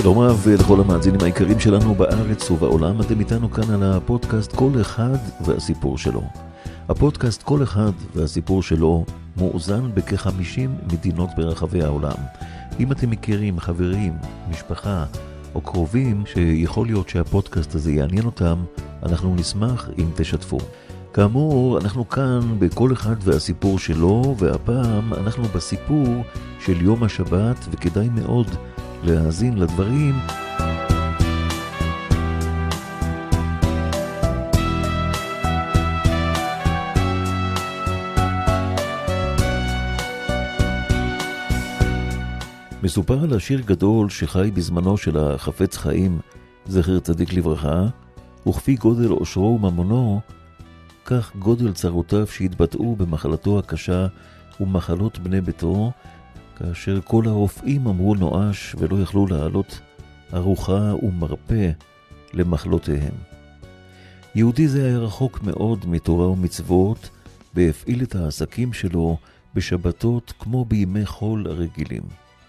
שלום רב לכל המאזינים העיקרים שלנו בארץ ובעולם. אתם איתנו כאן על הפודקאסט כל אחד והסיפור שלו. הפודקאסט כל אחד והסיפור שלו מאוזן בכ-50 מדינות ברחבי העולם. אם אתם מכירים חברים, משפחה או קרובים שיכול להיות שהפודקאסט הזה יעניין אותם, אנחנו נשמח אם תשתפו. כאמור, אנחנו כאן בכל אחד והסיפור שלו, והפעם אנחנו בסיפור של יום השבת, וכדאי מאוד להאזין לדברים. מסופר על עשיר גדול שחי בזמנו של החפץ חיים, זכר צדיק לברכה, וכפי גודל עושרו וממונו, כך גודל צרותיו שהתבטאו במחלתו הקשה ומחלות בני ביתו, כאשר כל הרופאים אמרו נואש ולא יכלו להעלות ארוחה ומרפא למחלותיהם. יהודי זה היה רחוק מאוד מתורה ומצוות, והפעיל את העסקים שלו בשבתות כמו בימי חול הרגילים.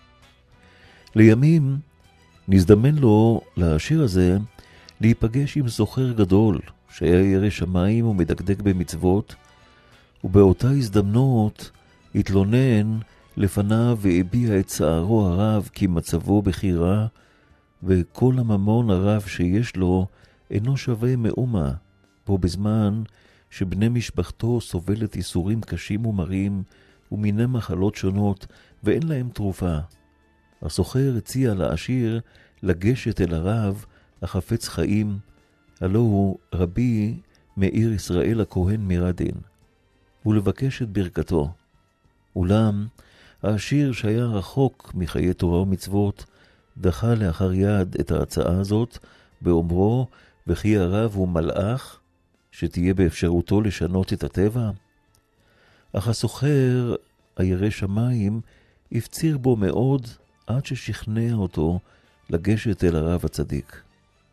לימים נזדמן לו, לעשיר הזה, להיפגש עם סוחר גדול שהיה ירא שמיים ומדקדק במצוות, ובאותה הזדמנות התלונן לפניו והביע את צערו הרב כי מצבו בכי רע, וכל הממון הרב שיש לו אינו שווה מאומה, בו בזמן שבני משפחתו סובלת איסורים קשים ומרים ומיני מחלות שונות ואין להם תרופה. הסוחר הציע לעשיר לגשת אל הרב החפץ חיים, הלא הוא רבי מאיר ישראל הכהן מרדין, ולבקש את ברכתו. אולם העשיר שהיה רחוק מחיי תורה ומצוות דחה לאחר יד את ההצעה הזאת באומרו, וכי הרב הוא מלאך שתהיה באפשרותו לשנות את הטבע. אך הסוחר הירא שמיים הפציר בו מאוד עד ששכנע אותו לגשת אל הרב הצדיק.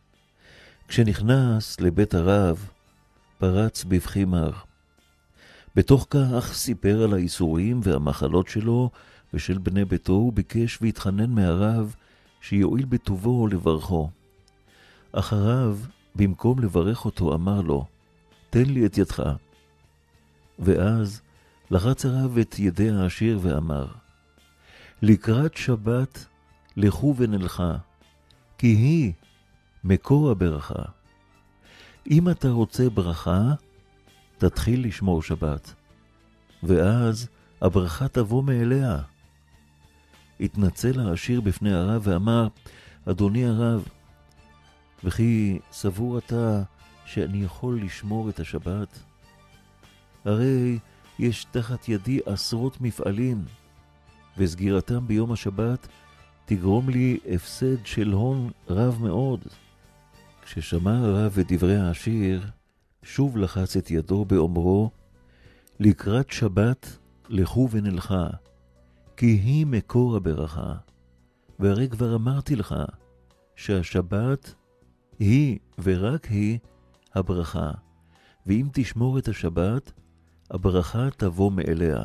כשנכנס לבית הרב פרץ בבכי מר. בתוך כך סיפר על האיסורים והמחלות שלו ושל בני ביתו, וביקש והתחנן מהרב שיועיל בטובו לברכו. אך הרב במקום לברך אותו אמר לו, תן לי את ידך. ואז לחץ הרב את ידי העשיר ואמר, לקראת שבת לכו ונלכה, כי היא מקור הברכה. אם אתה רוצה ברכה, תתחיל לשמור שבת, ואז הברכה תבוא מאליה. התנצל העשיר בפני הרב ואמר, אדוני הרב, וכי סבור אתה שאני יכול לשמור את השבת? הרי יש תחת ידי עשרות מפעלים, וסגירתם ביום השבת תגרום לי הפסד של הון רב מאוד. כששמע הרב את דברי העשיר, שוב לחץ את ידו באומרו, לקראת שבת לכו ונלכה, כי היא מקור הברכה. והרי כבר אמרתי לך שהשבת היא ורק היא הברכה, ואם תשמור את השבת, הברכה תבוא מאליה.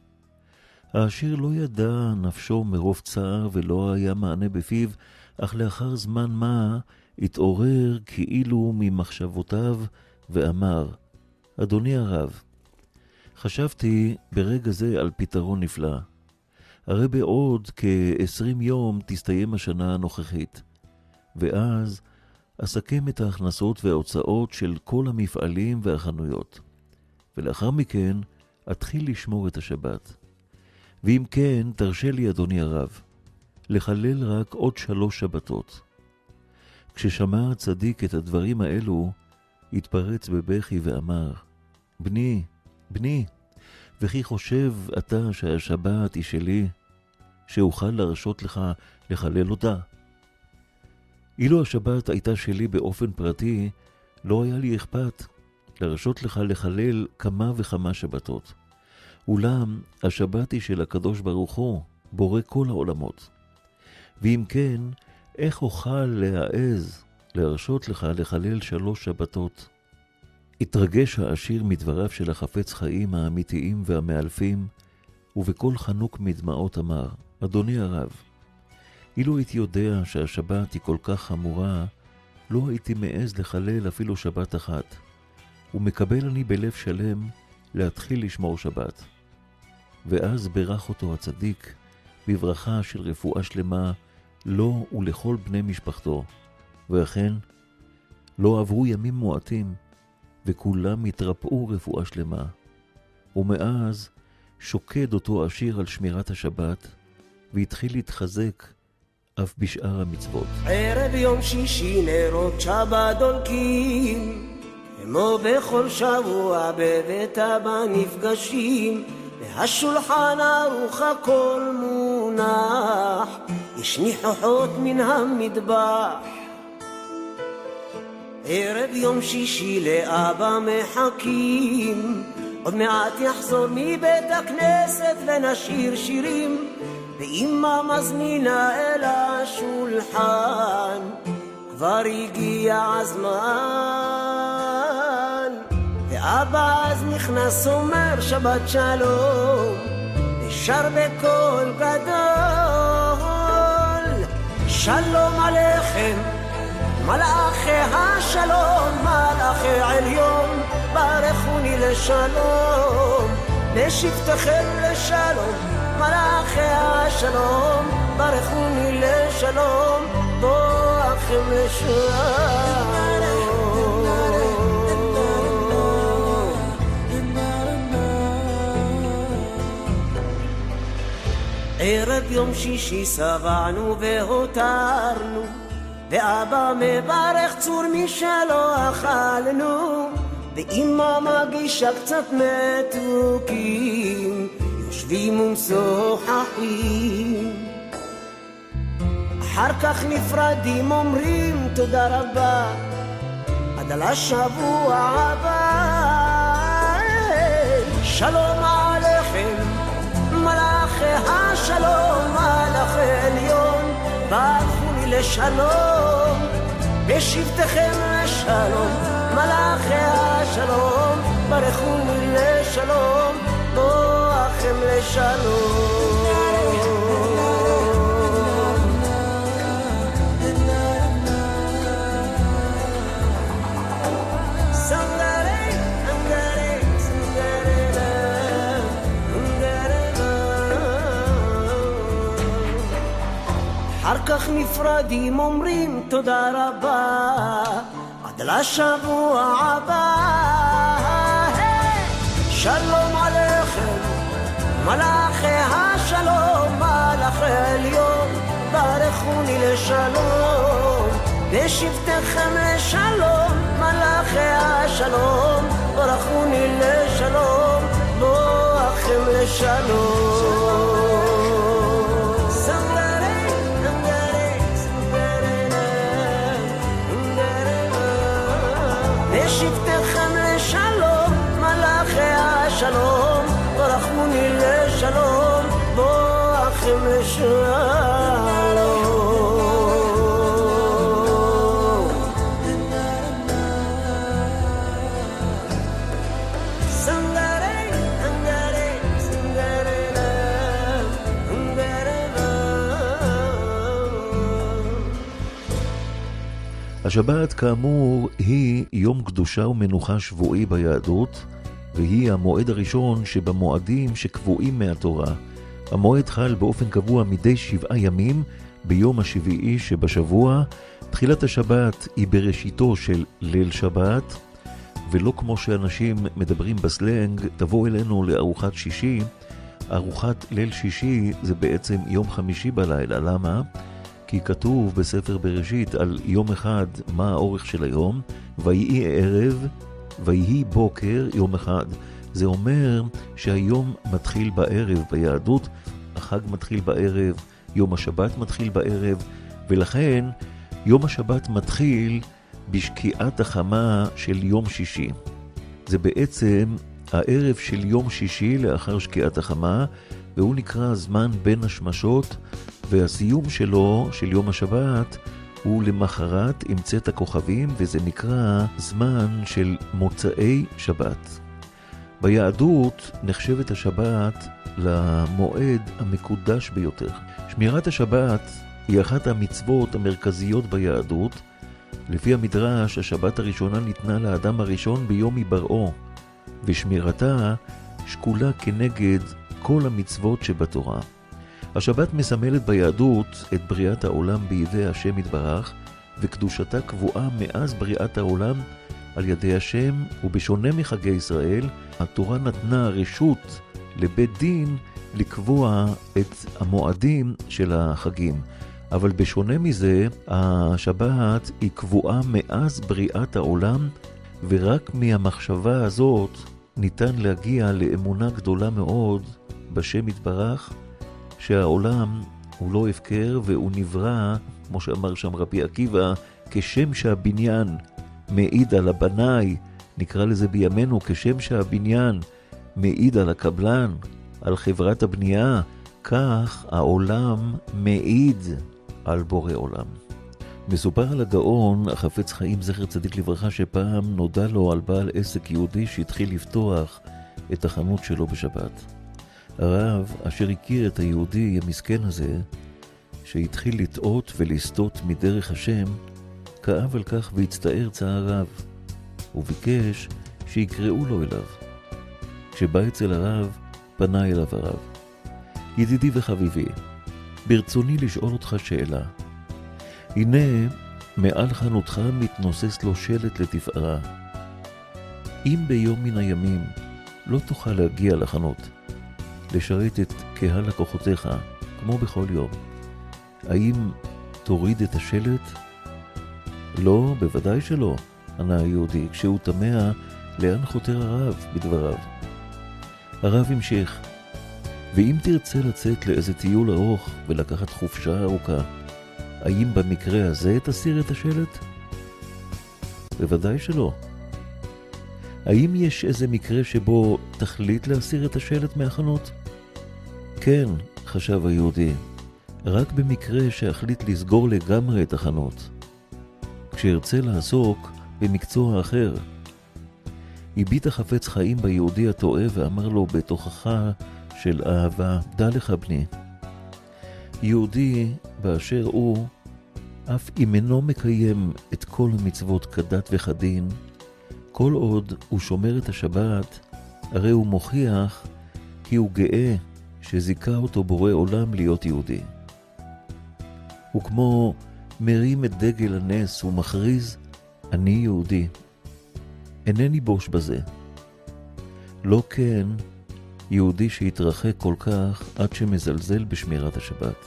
העשיר לא ידע נפשו מרוב צער ולא היה מענה בפיו, אך לאחר זמן מה התעורר כאילו ממחשבותיו ואמר, אדוני הרב, חשבתי ברגע זה על פתרון נפלא. הרי בעוד כ-20 יום תסתיים השנה הנוכחית, ואז אסכם את ההכנסות וההוצאות של כל המפעלים והחנויות, ולאחר מכן אתחיל לשמור את השבת. ואם כן, תרשה לי אדוני הרב, לחלל רק עוד 3 שבתות. כששמע הצדיק את הדברים האלו, התפרץ בבכי ואמר, בני, בני, וכי חושב אתה שהשבת היא שלי, שאוכל לרשות לך לחלל אותה? אילו השבת הייתה שלי באופן פרטי, לא היה לי אכפת לרשות לך לחלל כמה וכמה שבתות. אולם השבת היא של הקדוש ברוך הוא, בורא כל העולמות. ואם כן, איך אוכל להעז להרשות לך לחלל 3 שבתות? התרגש העשיר מדבריו של החפץ חיים האמיתיים והמאלפים, ובכל חנוק מדמעות אמר, אדוני הרב, אילו הייתי יודע שהשבת היא כל כך חמורה, לא הייתי מעז לחלל אפילו שבת אחת, ומקבל אני בלב שלם להתחיל לשמור שבת. ואז ברך אותו הצדיק בברכה של רפואה שלמה לו ולכל בני משפחתו. ואכן, לא עברו ימים מועטים, וכולם התרפאו רפואה שלמה. ומאז שוקד אותו עשיר על שמירת השבת, והתחיל להתחזק אף בשאר המצוות. ערב יום שישי נרות שבת דולקים, כמו בכל שבוע בבית אבא נפגשים, והשולחן ערוך הכל מונח, יש ניחוחות מן המטבח. ערב יום שישי לאבא מחכים, עוד מעט יחזור מבית הכנסת ונשיר שירים, ואמא מזמינה אל השולחן, כבר הגיע הזמן. ואבא אז נכנס אומר שבת שלום, ושר בקול גדול, שלום עליכם מלאכי השלום, מלאכי עליון ברכוני לשלום, לשבתכם לשלום, מלאכי השלום ברכוני לשלום, בואכם לשלום. ערב יום שישי שבענו והותרנו, ואבא מברך צור משלא אכלנו, ואמא מגישה קצת מתוקים, יושבים ומשוחחים. אחר כך נפרדים אומרים תודה רבה, עד על השבוע הבא. שלום עליכם מלאכי השלום, מלאכי עליון ברכוני לשלום, בשבתכם לשלום, מלאכי השלום ברכוני לשלום, בואכם לשלום. אחר כך נפרדים אומרים תודה רבה, עד לשבוע הבא. שלום עליכם מלאכי השלום, מלאכי עליון ברכוני לשלום, בשבתכם לשלום, מלאכי השלום ברכוני לשלום, בואכם לשלום. שבתכם לשלום, מלאכי השלום ברכוני לשלום, בואכם לשלום. השבת כאמור היא יום קדושה ומנוחה שבועי ביהדות, והיא המועד הראשון שבמועדים שקבועים מהתורה. המועד חל באופן קבוע מדי 7 ימים ביום השביעי שבשבוע. תחילת השבת היא בראשיתו של ליל שבת, ולא כמו שאנשים מדברים בסלנג, תבוא אלינו לארוחת שישי. ארוחת ליל שישי זה בעצם יום חמישי בלילה. למה? כי כתוב בספר בראשית על יום אחד מה האורך של היום, ויהי ערב, ויהי בוקר, יום אחד. זה אומר שהיום מתחיל בערב ביהדות, החג מתחיל בערב, יום השבת מתחיל בערב, ולכן יום השבת מתחיל בשקיעת החמה של יום שישי. זה בעצם הערב של יום שישי לאחר שקיעת החמה, והוא נקרא זמן בין השמשות, והסיום שלו, של יום השבת, הוא למחרת עם צאת הכוכבים, וזה נקרא זמן של מוצאי שבת. ביהדות נחשבת השבת למועד המקודש ביותר. שמירת השבת היא אחת המצוות המרכזיות ביהדות. לפי המדרש, השבת הראשונה ניתנה לאדם הראשון ביום היבראו, ושמירתה שקולה כנגד כל המצוות שבתורה. השבת מסמלת ביהדות את בריאת העולם בידי השם יתברך, וקדושתה קבועה מאז בריאת העולם על ידי השם, ובשונה מחגי ישראל, התורה נתנה רשות לבית דין לקבוע את המועדים של החגים. אבל בשונה מזה, השבת היא קבועה מאז בריאת העולם, ורק מהמחשבה הזאת ניתן להגיע לאמונה גדולה מאוד בשם יתברך, שהעולם הוא לא הפקר והוא נברא, כמו שאמר שם רבי עקיבא, כשם שהבניין מעיד על הבנאי, נקרא לזה בימינו, כשם שהבניין מעיד על הקבלן, על חברת הבנייה, כך העולם מעיד על בורא עולם. מסופר על הגאון החפץ חיים זכר צדיק לברכה, שפעם נודע לו על בעל עסק יהודי שהתחיל לפתוח את החנות שלו בשבת. הרב, אשר הכיר את היהודי המסכן הזה, שהתחיל לטעות ולסטות מדרך השם, כאב על כך והצטער צער רב. הוא ביקש שיקראו לו אליו. כשבא אצל הרב, פנה אליו הרב. ידידי וחביבי, ברצוני לשאול אותך שאלה. הנה, מעל חנותך מתנוסס לו שלט לתפארה. אם ביום מן הימים לא תוכל להגיע לחנות, לשרת את קהל לקוחותיך, כמו בכל יום, האם תוריד את השלט? לא, בוודאי שלא, ענה היהודי, כשהוא תמה לאן חותר הרב בדבריו. הרב המשיך, ואם תרצה לצאת לאיזה טיול ארוך ולקחת חופשה ארוכה, האם במקרה הזה תסיר את השלט? בוודאי שלא. האם יש איזה מקרה שבו תחליט להסיר את השלט מהחנות? כן, חשב היהודי, רק במקרה שהחליט לסגור לגמרי את החנות. כשהרצה לעסוק במקצוע אחר. הביט החפץ חיים ביהודי הטועה ואמר לו בתוכחה של אהבה, דע לך בני. יהודי באשר הוא, אף אם אינו מקיים את כל המצוות כדת וכדין, כל עוד הוא שומר את השבת, הרי הוא מוכיח כי הוא גאה שזיכה אותו בורא עולם להיות יהודי. הוא כמו מרים את דגל הנס ומכריז, אני יהודי. אינני בוש בזה. לא כן יהודי שהתרחק כל כך עד שמזלזל בשמירת השבת.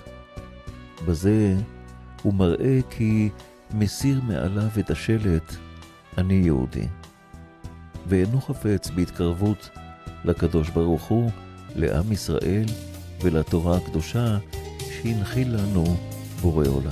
בזה הוא מראה כי מסיר מעליו את השלט, אני יהודי. ואינו חפץ בהתקרבות לקדוש ברוך הוא, לעם ישראל ולתורה הקדושה שהנחיל לנו בורא עולם.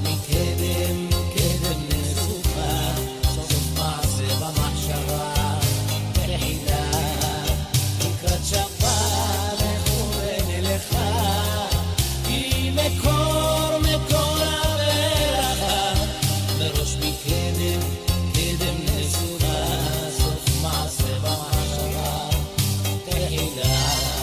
מקדם קדם נסופה סוף מעשה במחשבה תחילה לקראת שבת מכוון אליך היא מקור הברכה מראש מקדם קדם נסופה סוף מעשה במחשבה תחילה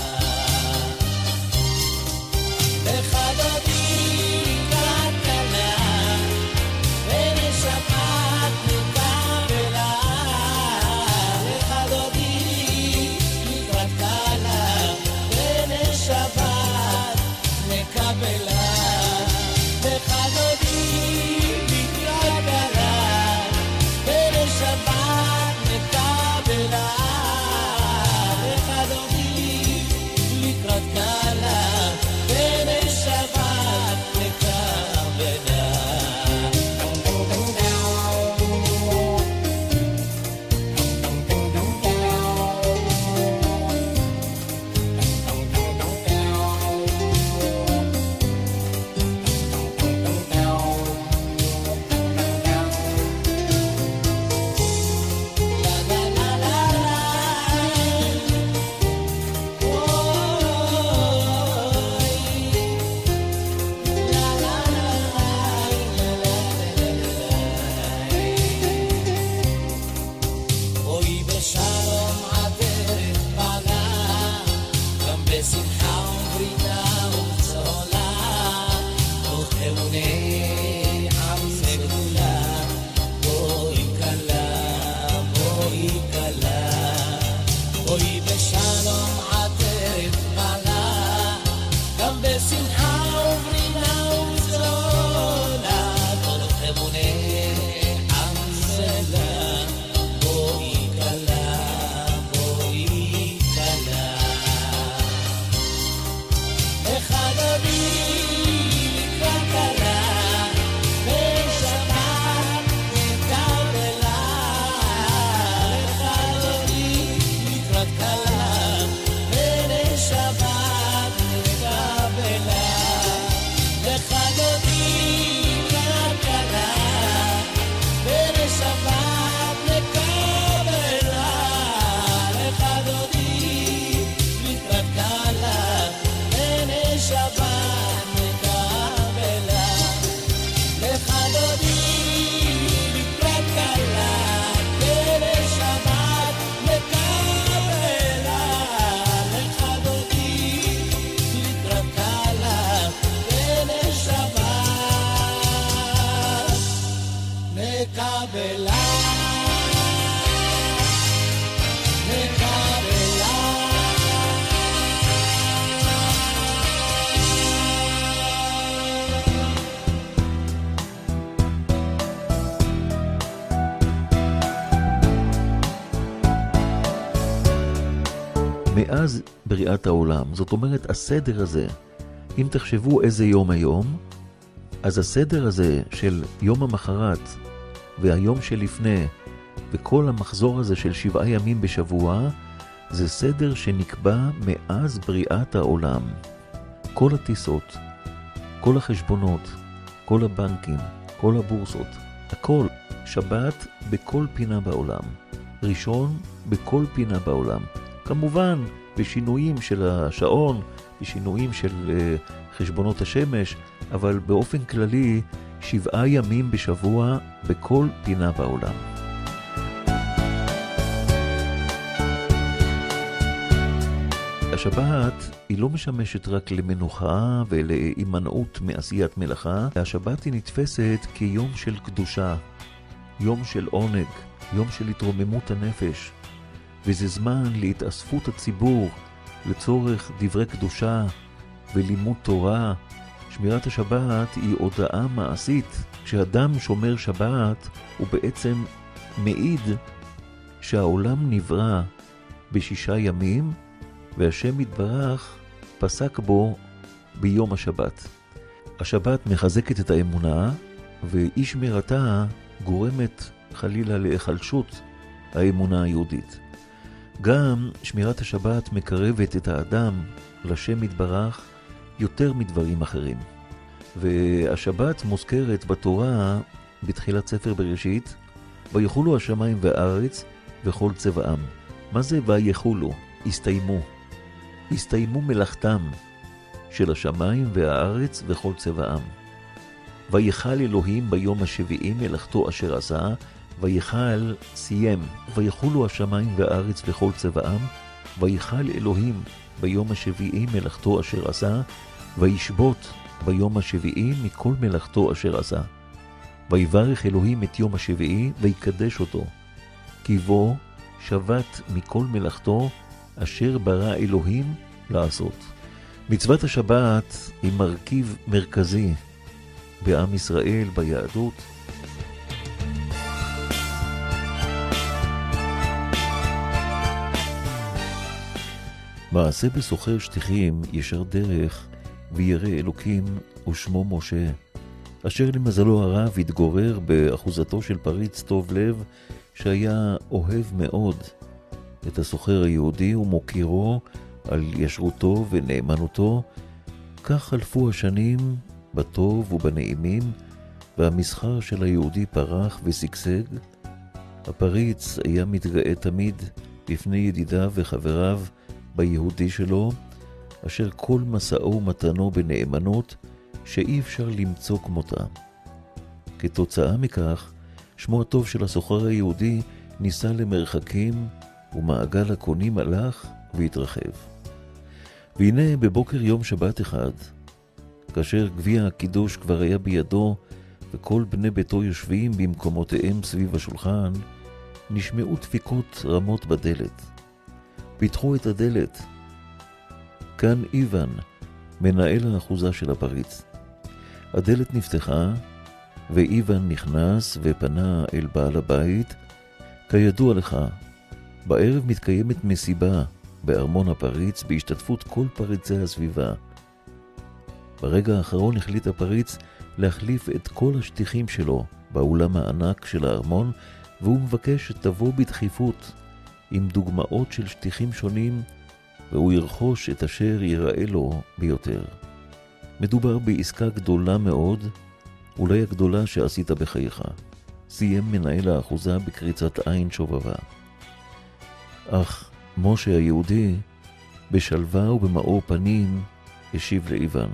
מאז בריאת העולם, זאת אומרת הסדר הזה, אם תחשבו איזה יום היום, אז הסדר הזה של יום המחרת והיום שלפני וכל המחזור הזה של 7 ימים בשבוע, זה סדר שנקבע מאז בריאת העולם. כל הטיסות, כל החשבונות, כל הבנקים, כל הבורסות, הכל, שבת בכל פינה בעולם, ראשון בכל פינה בעולם. כמובן, בשינויים של השעון, בשינויים של חשבונות השמש, אבל באופן כללי, 7 ימים בשבוע בכל פינה בעולם. השבת היא לא משמשת רק למנוחה ולהימנעות מעשיית מלאכה. השבת היא נתפסת כיום של קדושה, יום של עונג, יום של התרוממות הנפש. וזה זמן להתאספות הציבור לצורך דברי קדושה ולימוד תורה. שמירת השבת היא הודעה מעשית. כשאדם שומר שבת הוא בעצם מעיד שהעולם נברא ב6 ימים והשם יתברך פסק בו ביום השבת. השבת מחזקת את האמונה ואי שמירתה גורמת חלילה להיחלשות האמונה היהודית. גם שמירת השבת מקרבת את האדם לשם יתברך יותר מדברים אחרים. והשבת מוזכרת בתורה בתחילת ספר בראשית, ויחולו השמיים והארץ וכל צבאם. מה זה ויחולו? הסתיימו מלאכתם של השמיים והארץ וכל צבאם. ויחל אלוהים ביום השביעי מלאכתו אשר עשה, ויחל סיים. ויחולו השמיים והארץ וכל צבאם, ויחל אלוהים ביום השביעי מלאכתו אשר עשה, וישבות ביום השביעי מכל מלאכתו אשר עשה. ויברך אלוהים את יום השביעי ויקדש אותו, כי בו שבת מכל מלאכתו אשר ברא אלוהים לעשות. מצוות השבת היא מרכיב מרכזי בעם ישראל, ביהדות. מעשה בסוחר שטיחים ישר דרך וירא אלוקים ושמו משה, אשר למזלו הרב התגורר באחוזתו של פריץ טוב לב, שהיה אוהב מאוד את הסוחר היהודי ומוקירו על ישרותו ונאמנותו. כך חלפו השנים בטוב ובנעימים, והמסחר של היהודי פרח וסגסג. הפריץ היה מתגאה תמיד בפני ידידיו וחבריו ביהודי שלו, אשר כל מסעו ומתנו בנאמנות שאי אפשר למצוא כמותה. כתוצאה מכך, שמו הטוב של הסוחר היהודי ניסה למרחקים, ומעגל הקונים הלך והתרחב. והנה בבוקר יום שבת אחד, כאשר גביע הקידוש כבר היה בידו, וכל בני ביתו יושבים במקומותיהם סביב השולחן, נשמעו דפיקות רמות בדלת. פתחו את הדלת. כאן איוון, מנהל האחוזה של הפריץ. הדלת נפתחה, ואיוון נכנס ופנה אל בעל הבית. כידוע לך, בערב מתקיימת מסיבה בארמון הפריץ בהשתתפות כל פריצי הסביבה. ברגע האחרון החליט הפריץ להחליף את כל השטיחים שלו באולם הענק של הארמון, והוא מבקש שתבוא בדחיפות עם דוגמאות של שטיחים שונים, והוא ירכוש את אשר ייראה לו ביותר. מדובר בעסקה גדולה מאוד, אולי הגדולה שעשית בחייך. סיים מנהל האחוזה בקריצת עין שובבה. אך משה היהודי בשלווה ובמאור פנים השיב לאיוון,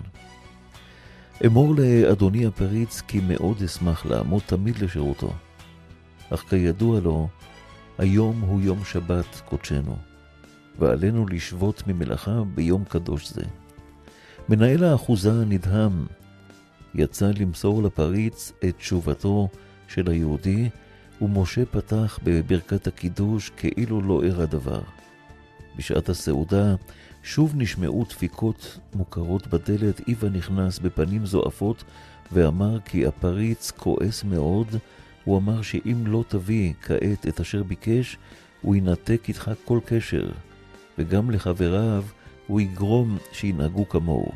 אמור לאדוני הפריץ כי מאוד אשמח לעמוד תמיד לשירותו, אך כידוע לו, היום הוא יום שבת קודשנו, ועלינו לשבות ממלאכה ביום קדוש זה. מנהל האחוזה נדהם, יצא למסור לפריץ את תשובתו של היהודי, ומשה פתח בברכת הקידוש כאילו לא ער הדבר. בשעת הסעודה שוב נשמעו דפיקות מוכרות בדלת. איוון נכנס בפנים זועפות ואמר כי הפריץ כועס מאוד. הוא אמר שאם לא תביא כעת את אשר ביקש, הוא ינתק איתך כל קשר, וגם לחבריו הוא יגרום שינהגו כמוהו.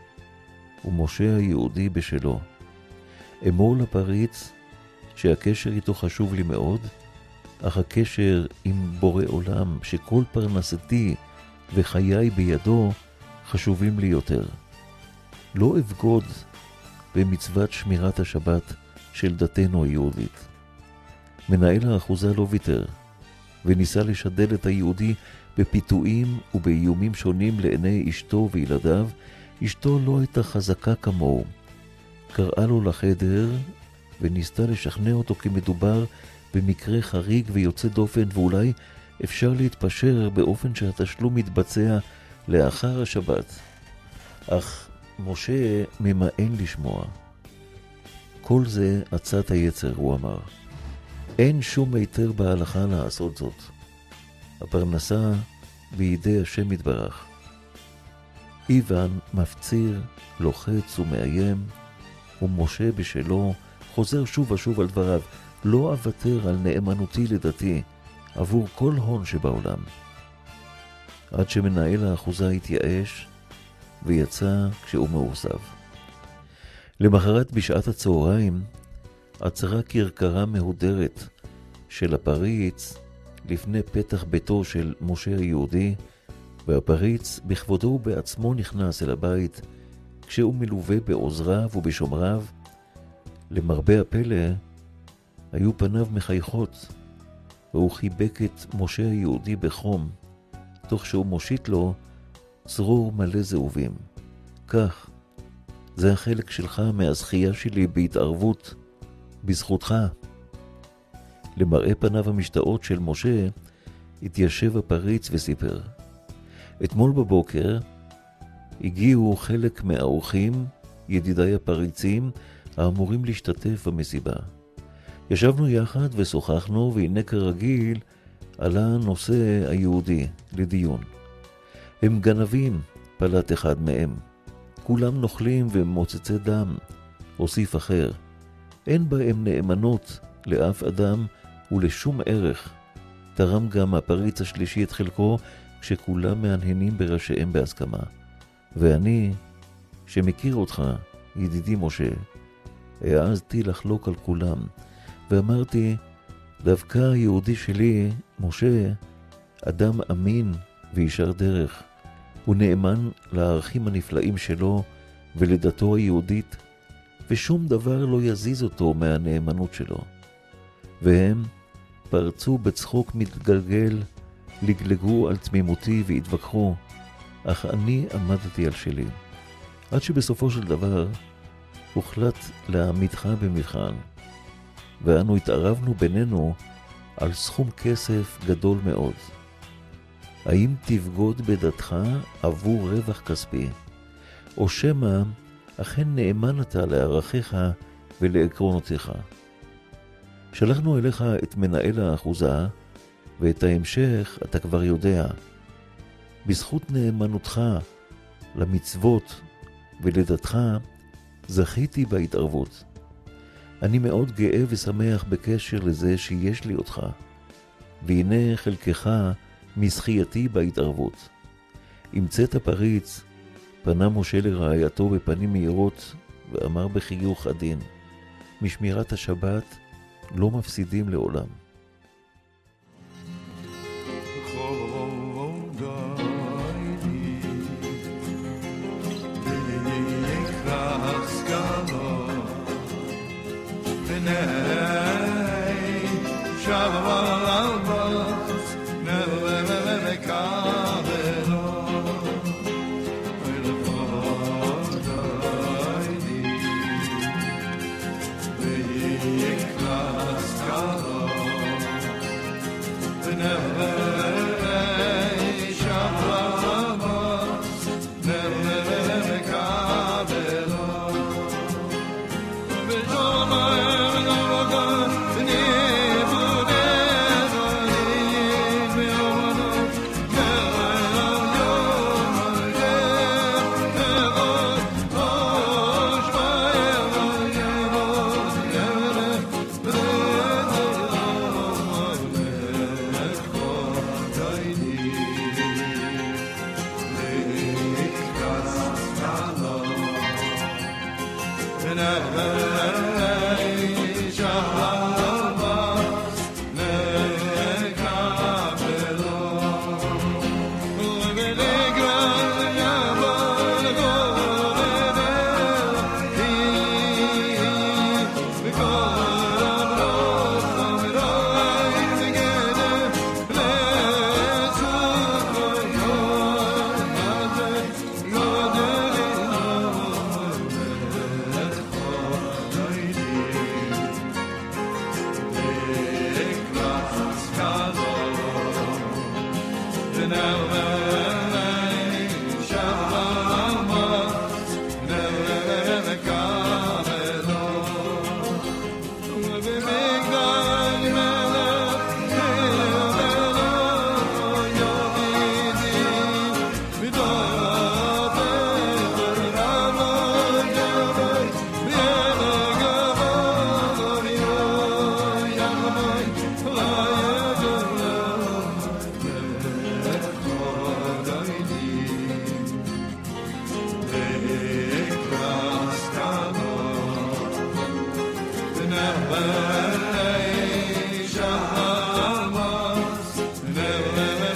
ומשה היהודי בשלו, אמור לפריץ שהקשר איתו חשוב לי מאוד, אך הקשר עם בורא עולם שכל פרנסתי וחיי בידו חשובים לי יותר. לא אבגוד במצוות שמירת השבת של דתנו היהודית. מנהל האחוזה לא ויתר, וניסה לשדל את היהודי בפיתויים ובאיומים שונים לעיני אשתו וילדיו. אשתו לא הייתה חזקה כמוהו. קראה לו לחדר וניסתה לשכנע אותו כי מדובר במקרה חריג ויוצא דופן, ואולי אפשר להתפשר באופן שהתשלום מתבצע לאחר השבת. אך משה ממאן לשמוע. כל זה עצת היצר, הוא אמר. אין שום היתר בהלכה לעשות זאת. הפרנסה בידי השם יתברך. איוון מפציר, לוחץ ומאיים, ומשה בשלו חוזר שוב ושוב על דבריו, לא אוותר על נאמנותי לדתי עבור כל הון שבעולם. עד שמנהל האחוזה התייאש ויצא כשהוא מאוסב. למחרת בשעת הצהריים עצרה כרכרה מהודרת של הפריץ לפני פתח ביתו של משה היהודי, והפריץ בכבודו ובעצמו נכנס אל הבית, כשהוא מלווה בעוזריו ובשומריו. למרבה הפלא, היו פניו מחייכות, והוא חיבק את משה היהודי בחום, תוך שהוא מושיט לו צרור מלא זהובים. כך, זה החלק שלך מהזכייה שלי בהתערבות, בזכותך. למראה פניו המשתאות של משה, התיישב הפריץ וסיפר. אתמול בבוקר הגיעו חלק מהאורחים, ידידיי הפריצים, האמורים להשתתף במסיבה. ישבנו יחד ושוחחנו, והנה כרגיל עלה הנושא היהודי לדיון. הם גנבים, פלט אחד מהם. כולם נוכלים ומוצצי דם, הוסיף אחר. אין בהם נאמנות לאף אדם ולשום ערך. תרם גם הפריץ השלישי את חלקו, כשכולם מהנהנים בראשיהם בהסכמה. ואני, שמכיר אותך, ידידי משה, העזתי לחלוק על כולם, ואמרתי, דווקא היהודי שלי, משה, אדם אמין וישר דרך. הוא נאמן לערכים הנפלאים שלו ולדתו היהודית, ושום דבר לא יזיז אותו מהנאמנות שלו. והם פרצו בצחוק מתגלגל, לגלגו על תמימותי והתווכחו, אך אני עמדתי על שלי. עד שבסופו של דבר הוחלט להעמידך במבחן, ואנו התערבנו בינינו על סכום כסף גדול מאוד. האם תבגוד בדתך עבור רווח כספי, או שמא אכן נאמן אתה לערכיך ולעקרונותיך? שלחנו אליך את מנהל האחוזה, ואת ההמשך אתה כבר יודע. בזכות נאמנותך למצוות ולדתך זכיתי בהתערבות. אני מאוד גאה ושמח בקשר לזה שיש לי אותך, והנה חלקך מזכייתי בהתערבות. המצאת פריץ, פנה משה לרעייתו בפנים מהירות ואמר בחיוך עדין, משמירת השבת לא מפסידים לעולם.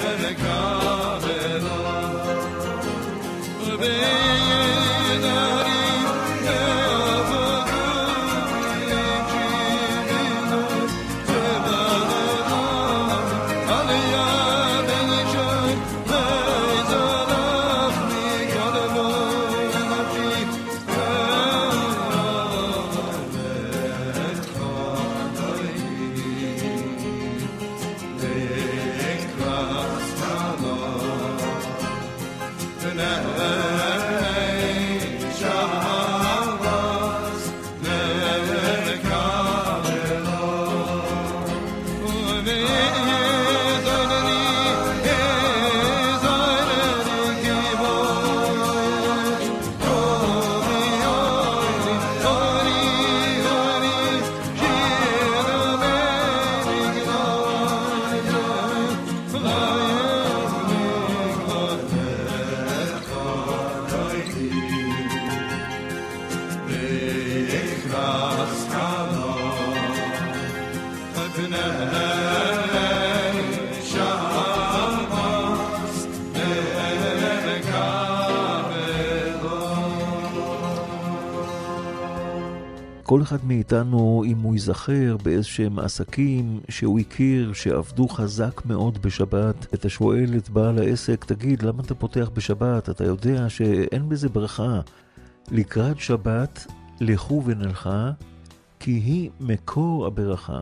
Be כל אחד מאיתנו, אם הוא ייזכר באיזשהם עסקים שהוא הכיר שעבדו חזק מאוד בשבת, אתה שואל את בעל העסק, תגיד, למה אתה פותח בשבת? אתה יודע שאין בזה ברכה. לקראת שבת, לכו ונלכה, כי היא מקור הברכה.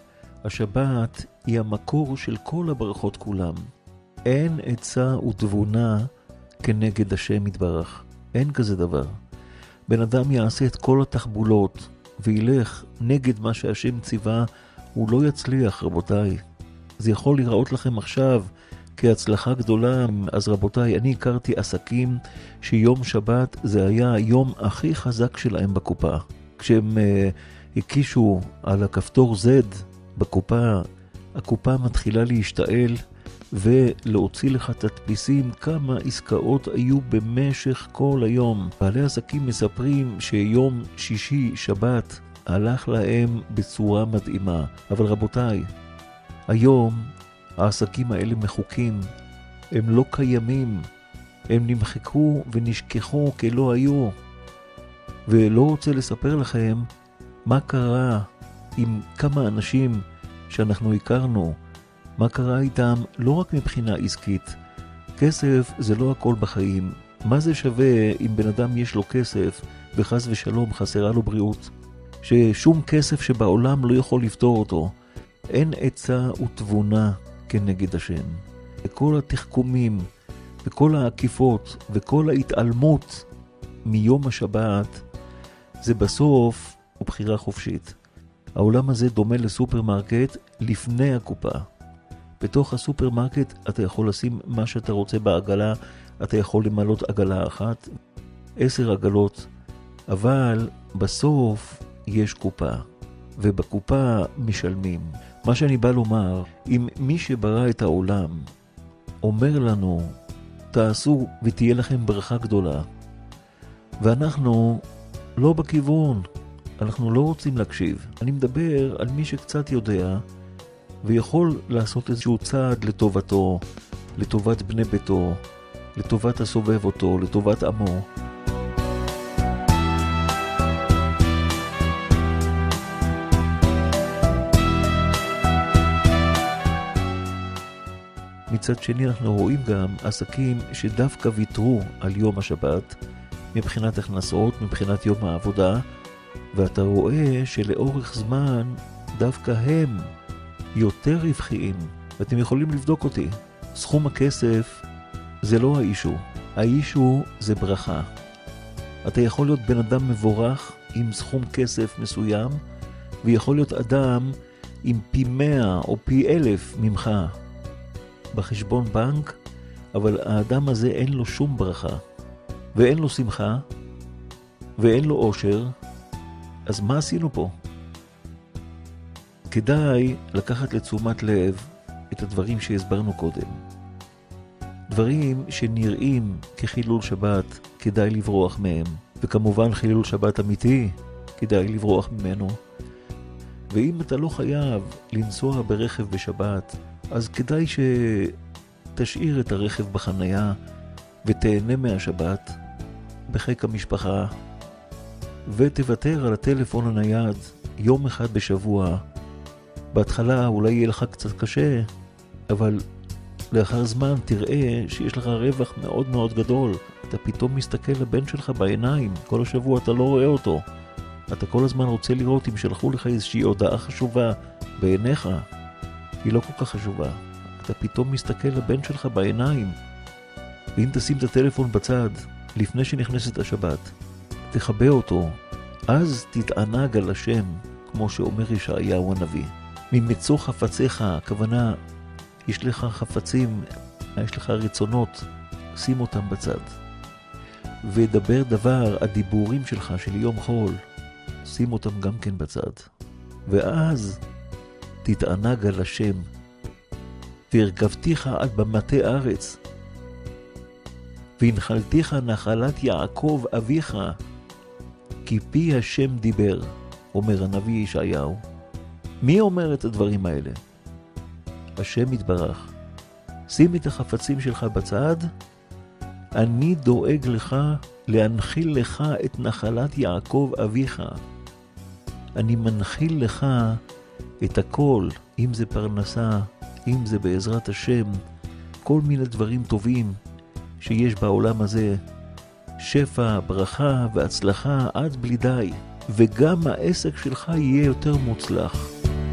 השבת היא המקור של כל הברכות כולם. אין עצה ותבונה כנגד השם יתברך. אין כזה דבר. בן אדם יעשה את כל התחבולות וילך נגד מה שהשם ציווה, הוא לא יצליח, רבותיי. זה יכול להיראות לכם עכשיו כהצלחה גדולה. אז רבותיי, אני הכרתי עסקים שיום שבת זה היה היום הכי חזק שלהם בקופה. כשהם הקישו על הכפתור Z בקופה, הקופה מתחילה להשתעל ולהוציא לך תדפיסים כמה עסקאות היו במשך כל היום. בעלי עסקים מספרים שיום שישי שבת הלך להם בצורה מדהימה. אבל רבותיי, היום העסקים האלה מחוקים, הם לא קיימים, הם נמחקו ונשכחו כלא היו. ולא רוצה לספר לכם מה קרה עם כמה אנשים שאנחנו הכרנו, מה קרה איתם לא רק מבחינה עסקית. כסף זה לא הכל בחיים. מה זה שווה אם בן אדם יש לו כסף וחס ושלום חסרה לו בריאות? ששום כסף שבעולם לא יכול לפתור אותו. אין עצה ותבונה כנגד השם. וכל התחכומים וכל העקיפות וכל ההתעלמות מיום השבת זה בסוף ובחירה חופשית. העולם הזה דומה לסופרמרקט לפני הקופה. בתוך הסופרמרקט אתה יכול לשים מה שאתה רוצה בעגלה, אתה יכול למלות עגלה אחת, 10 עגלות, אבל בסוף יש קופה, ובקופה משלמים. מה שאני בא לומר, אם מי שברא את העולם אומר לנו, תעשו ותהיה לכם ברכה גדולה, ואנחנו לא בכיוון, אנחנו לא רוצים להקשיב. אני מדבר על מי שקצת יודע, ויכול לעשות איזשהו צעד לטובתו, לטובת בני ביתו, לטובת הסובב אותו, לטובת עמו. מצד שני אנחנו רואים גם עסקים שדווקא ויתרו על יום השבת, מבחינת הכנסות, מבחינת יום העבודה, ואתה רואה שלאורך זמן דווקא הם יותר רווחיים. ואתם יכולים לבדוק אותי. סכום הכסף זה לא האישו. האישו זה ברכה. אתה יכול להיות בן אדם מבורך עם סכום כסף מסוים, ויכול להיות אדם עם פי 100 או פי 1000 ממך בחשבון בנק, אבל האדם הזה אין לו שום ברכה, ואין לו שמחה, ואין לו אושר. אז מה עשינו פה? כדאי לקחת לתשומת לב את הדברים שהסברנו קודם. דברים שנראים כחילול שבת, כדאי לברוח מהם. וכמובן חילול שבת אמיתי, כדאי לברוח ממנו. ואם אתה לא חייב לנסוע ברכב בשבת, אז כדאי שתשאיר את הרכב בחנייה ותהנה מהשבת בחיק המשפחה, ותוותר על הטלפון הנייד יום אחד בשבוע. בהתחלה אולי יהיה לך קצת קשה, אבל לאחר זמן תראה שיש לך רווח מאוד מאוד גדול. אתה פתאום מסתכל לבן שלך בעיניים, כל השבוע אתה לא רואה אותו. אתה כל הזמן רוצה לראות אם שלחו לך איזושהי הודעה חשובה בעיניך. היא לא כל כך חשובה. אתה פתאום מסתכל לבן שלך בעיניים. ואם תשים את הטלפון בצד, לפני שנכנסת השבת, תחבא אותו, אז תתענג על השם, כמו שאומר ישעיהו הנביא. ממצוא חפציך, הכוונה, יש לך חפצים, יש לך רצונות, שים אותם בצד. ודבר דבר, הדיבורים שלך של יום חול, שים אותם גם כן בצד. ואז תתענג על השם. והרכבתיך עד במטה ארץ. והנחלתיך נחלת יעקב אביך. כי פי השם דיבר, אומר הנביא ישעיהו. מי אומר את הדברים האלה? השם יתברך. שים את החפצים שלך בצד, אני דואג לך להנחיל לך את נחלת יעקב אביך. אני מנחיל לך את הכל, אם זה פרנסה, אם זה בעזרת השם, כל מיני דברים טובים שיש בעולם הזה, שפע, ברכה והצלחה עד בלי די, וגם העסק שלך יהיה יותר מוצלח.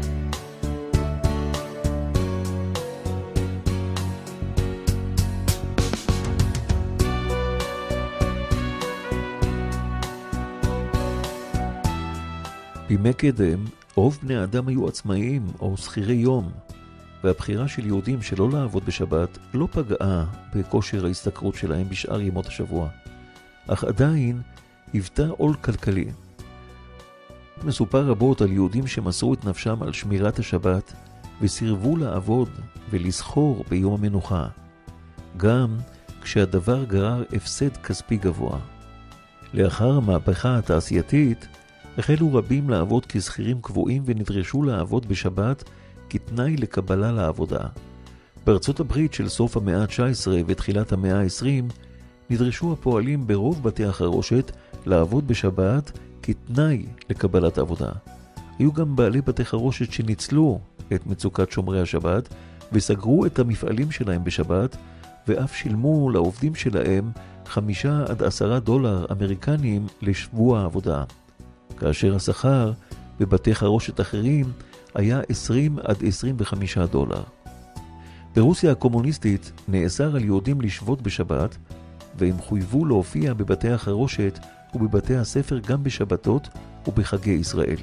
בימי קדם, רוב בני האדם היו עצמאיים או שכירי יום, והבחירה של יהודים שלא לעבוד בשבת לא פגעה בכושר ההשתכרות שלהם בשאר ימות השבוע, אך עדיין היוותה עול כלכלי. מסופר רבות על יהודים שמסרו את נפשם על שמירת השבת וסירבו לעבוד ולסחור ביום המנוחה, גם כשהדבר גרר הפסד כספי גבוה. לאחר המהפכה התעשייתית החלו רבים לעבוד כשכירים קבועים ונדרשו לעבוד בשבת כתנאי לקבלה לעבודה. בארצות הברית של סוף המאה ה-19 ותחילת המאה ה-20 נדרשו הפועלים ברוב בתי החרושת לעבוד בשבת כתנאי לקבלת עבודה. היו גם בעלי בתי חרושת שניצלו את מצוקת שומרי השבת וסגרו את המפעלים שלהם בשבת, ואף שילמו לעובדים שלהם $5 עד $10 אמריקניים לשבוע העבודה, כאשר השכר בבתי חרושת אחרים היה $20 עד $25. ברוסיה הקומוניסטית נאסר על יהודים לשבות בשבת, והם חויבו להופיע בבתי החרושת ובבתי הספר גם בשבתות ובחגי ישראל.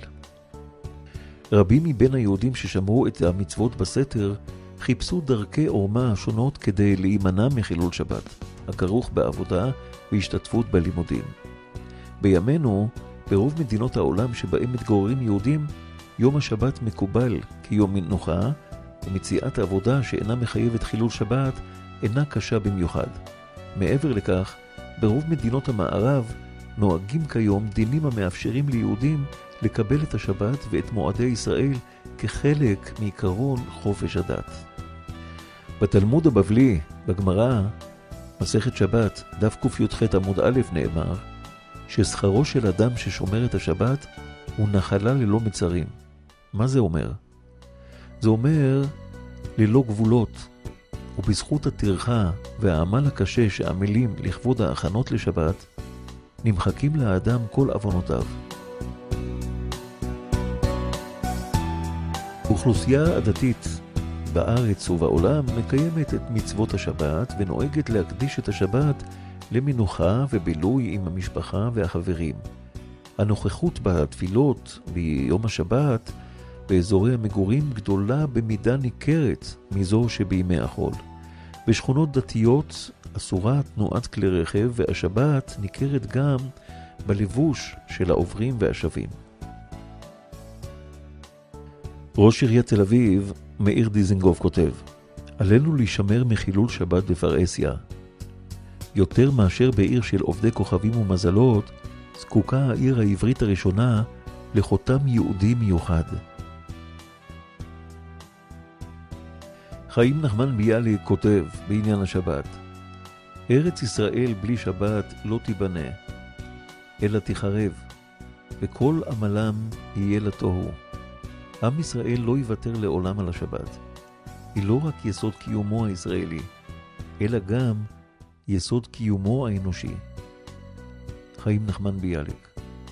רבים מבין היהודים ששמרו את המצוות בסתר חיפשו דרכי עורמה שונות כדי להימנע מחילול שבת, הכרוך בעבודה והשתתפות בלימודים. בימינו, ברוב מדינות העולם שבהם מתגוררים יהודים, יום השבת מקובל כיום מנוחה, ומציאת העבודה שאינה מחייבת חילול שבת אינה קשה במיוחד. מעבר לכך, ברוב מדינות המערב נוהגים כיום דינים המאפשרים ליהודים לקבל את השבת ואת מועדי ישראל כחלק מעיקרון חופש הדת. בתלמוד הבבלי, בגמרא, מסכת שבת, דף קי"ח עמוד א', נאמר ששכרו של אדם ששומר את השבת הוא נחלה ללא מצרים. מה זה אומר? זה אומר ללא גבולות, ובזכות הטרחה והעמל הקשה שעמלים לכבוד ההכנות לשבת, נמחקים לאדם כל עוונותיו. אוכלוסייה הדתית בארץ ובעולם מקיימת את מצוות השבת ונוהגת להקדיש את השבת למנוחה ובילוי עם המשפחה והחברים. הנוכחות בתפילות ביום השבת באזורי המגורים גדולה במידה ניכרת מזו שבימי החול. בשכונות דתיות אסורה תנועת כלי רכב, והשבת ניכרת גם בלבוש של העוברים והשבים. ראש עיריית תל אביב, מאיר דיזנגוף, כותב: עלינו להישמר מחילול שבת בפרהסיה. יותר מאשר בעיר של עובדי כוכבים ומזלות, זקוקה העיר העברית הראשונה לחותם יהודי מיוחד. חיים נחמן ביאליק כותב בעניין השבת: ארץ ישראל בלי שבת לא תיבנה, אלא תחרב, וכל עמלם יהיה לתוהו. עם ישראל לא יוותר לעולם על השבת. היא לא רק יסוד קיומו הישראלי, אלא גם יסוד קיומו האנושי. חיים נחמן ביאליק.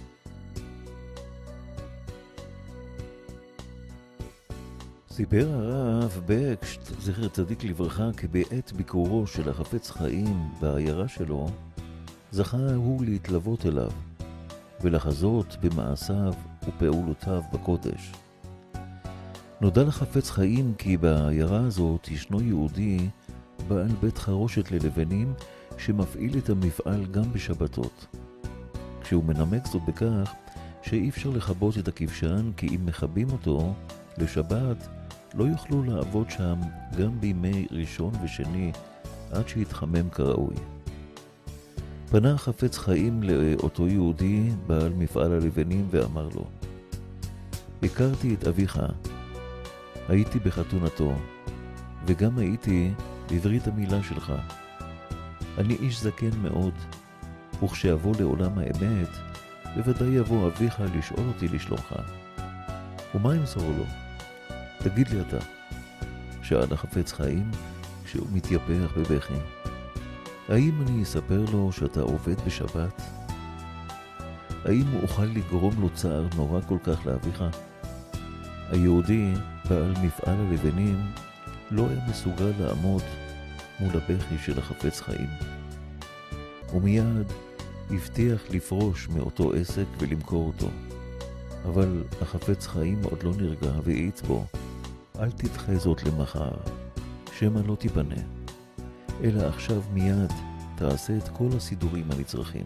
סיפר הרב בקשט, זכר צדיק לברכה, כי בעת ביקורו של החפץ חיים בעיירה שלו, זכה הוא להתלוות אליו ולחזות במעשיו ופעולותיו בקודש. נודע לחפץ חיים כי בעיירה הזאת ישנו יהודי בעל בית חרושת ללבנים שמפעיל את המפעל גם בשבתות. כשהוא מנמק זאת בכך שאי אפשר לכבות את הכבשן, כי אם מכבים אותו לשבת לא יוכלו לעבוד שם גם בימי ראשון ושני עד שיתחמם כראוי. פנה חפץ חיים לאותו יהודי בעל מפעל הלבנים ואמר לו: הכרתי את אביך, הייתי בחתונתו, וגם הייתי בברית המילה שלך. אני איש זקן מאוד, וכשאבוא לעולם האמת, בוודאי יבוא אביך לשאול אותי לשלומך. ומה ימסור לו? תגיד לי אתה, שאל החפץ חיים כשהוא מתייפח בבכי. האם אני אספר לו שאתה עובד בשבת? האם אוכל לגרום לו צער נורא כל כך לאביך? היהודי, בעל מפעל הלבנים, לא היה מסוגל לעמוד מול הבכי של החפץ חיים. ומיד הבטיח לפרוש מאותו עסק ולמכור אותו. אבל החפץ חיים עוד לא נרגע והעיץ בו, אל תדחה זאת למחר, שמא לא תיפנה, אלא עכשיו מיד תעשה את כל הסידורים הנצרכים.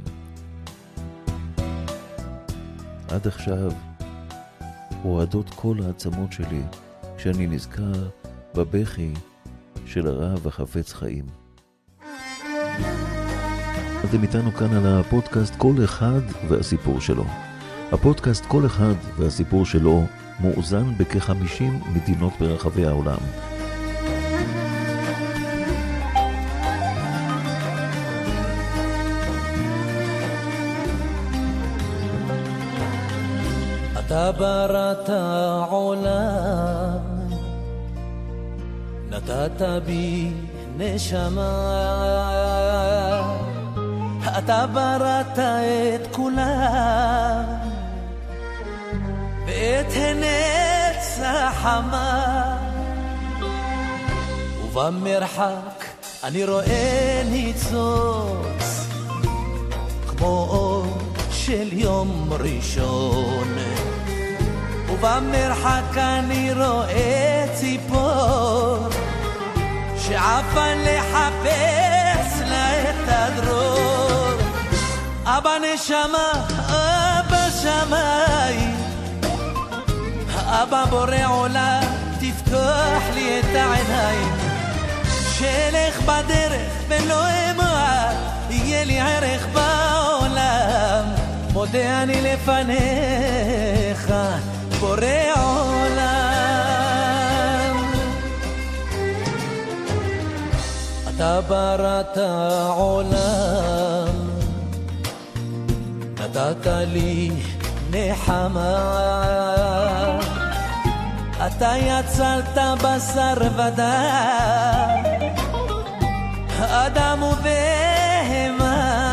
עד עכשיו רועדות כל העצמות שלי כשאני נזכר בבכי של הרב החפץ חיים. אתם איתנו כאן על הפודקאסט כל אחד והסיפור שלו. הפודקאסט כל אחד והסיפור שלו מאוזן בכ-50 מדינות ברחבי העולם. אתה בראת העולם, נתת בי נשמה, אתה בראת את כולם ואת הנץ החמה, ובמרחק אני רואה ניצוץ כמו אור של יום ראשון, ובמרחק אני רואה ציפור שעפה לחפש לה את הדרור. אבא נשמה, אבא שמיים, אבא בורא עולם, תפתח לי את העיניים, שלך בדרך ולא אמעט, יהיה לי ערך בעולם. מודה אני לפניך, בורא עולם. אתה בראת עולם, נתת לי נחמה, אתה יצרת בשר ודם, אדם ובהמה,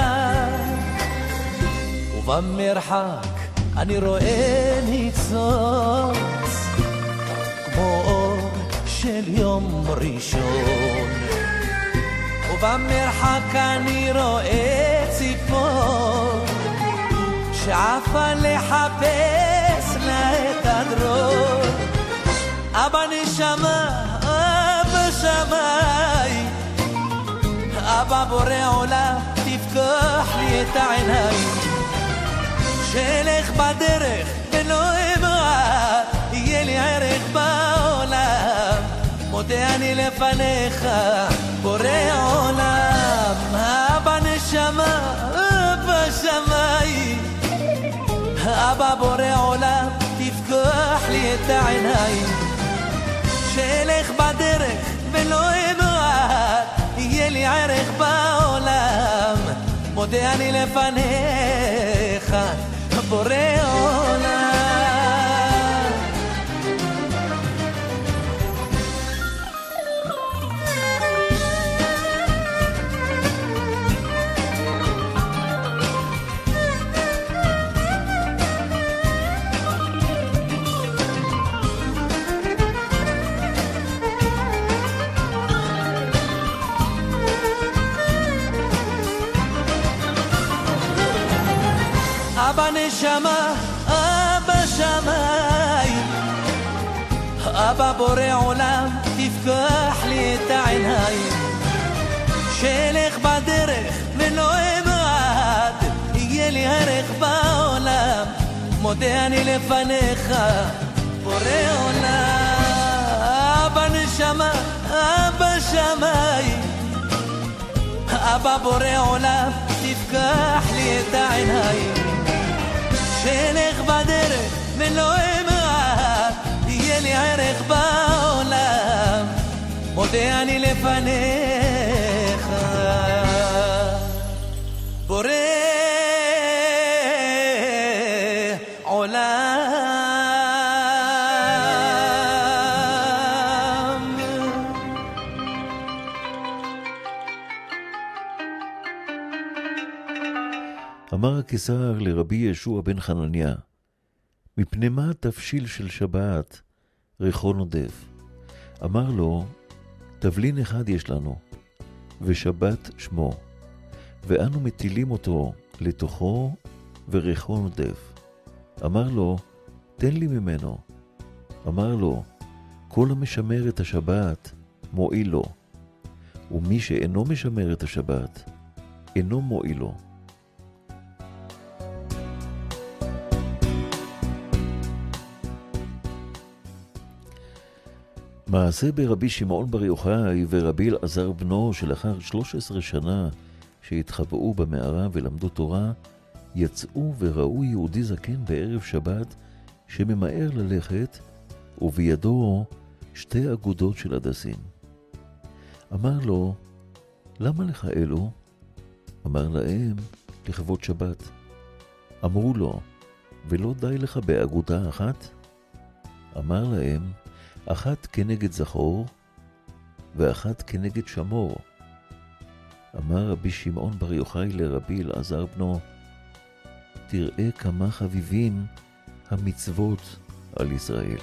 ובמרחק אני רואה ניצוץ כמו אור של יום ראשון, ובמרחק אני רואה ציפור שעפה לחפש לה את הדרור. אבא נשמה, אבא שמיים, אבא בורא עולם, תפתח לי את העיניים, שלך בדרך ולא אמעט, יהיה לי ערך בעולם. מודה אני לפניך, בורא עולם. אבא נשמה, אבא שמיים, אבא בורא עולם, תפתח לי את העיניים, שלך בדרך ולא אמעט, יהיה לי ערך בעולם. מודה אני לפניך, בורא עולם. אבא נשמה, אבא שמיים, אבא בורא עולם, תפתח לי את העיניים, שלך בדרך ולא אמעט, יהיה לי ערך בעולם. מודה אני לפניך, בורא עולם. אבא נשמה, אבא שמיים, אבא בורא עולם, תפתח לי את העיניים, שלך בדרך ולא אמעט, יהיה לי ערך בעולם, מודה אני לפניך בורא עולם. אמר הקיסר לרבי ישוע בן חנניה, מפני מה תבשיל של שבת ריחו נודף? אמר לו, תבלין אחד יש לנו, ושבת שמו, ואנו מטילים אותו לתוכו וריחו נודף. אמר לו, תן לי ממנו. אמר לו, כל המשמר את השבת מועיל לו, ומי שאינו משמר את השבת אינו מועיל לו. מעשה ברבי שמעון בר יוחאי ורבי אלעזר בנו, שלאחר 13 שנה שהתחבאו במערה ולמדו תורה, יצאו וראו יהודי זקן בערב שבת שממהר ללכת, ובידו 2 אגודות של הדסים. אמר לו, למה לך אלו? אמר להם, לכבוד שבת. אמרו לו, ולא די לך באגודה אחת? אמר להם, אחת כנגד זכור, ואחת כנגד שמור. אמר רבי שמעון בר יוחאי לרבי אלעזר בנו, תראה כמה חביבים המצוות על ישראל.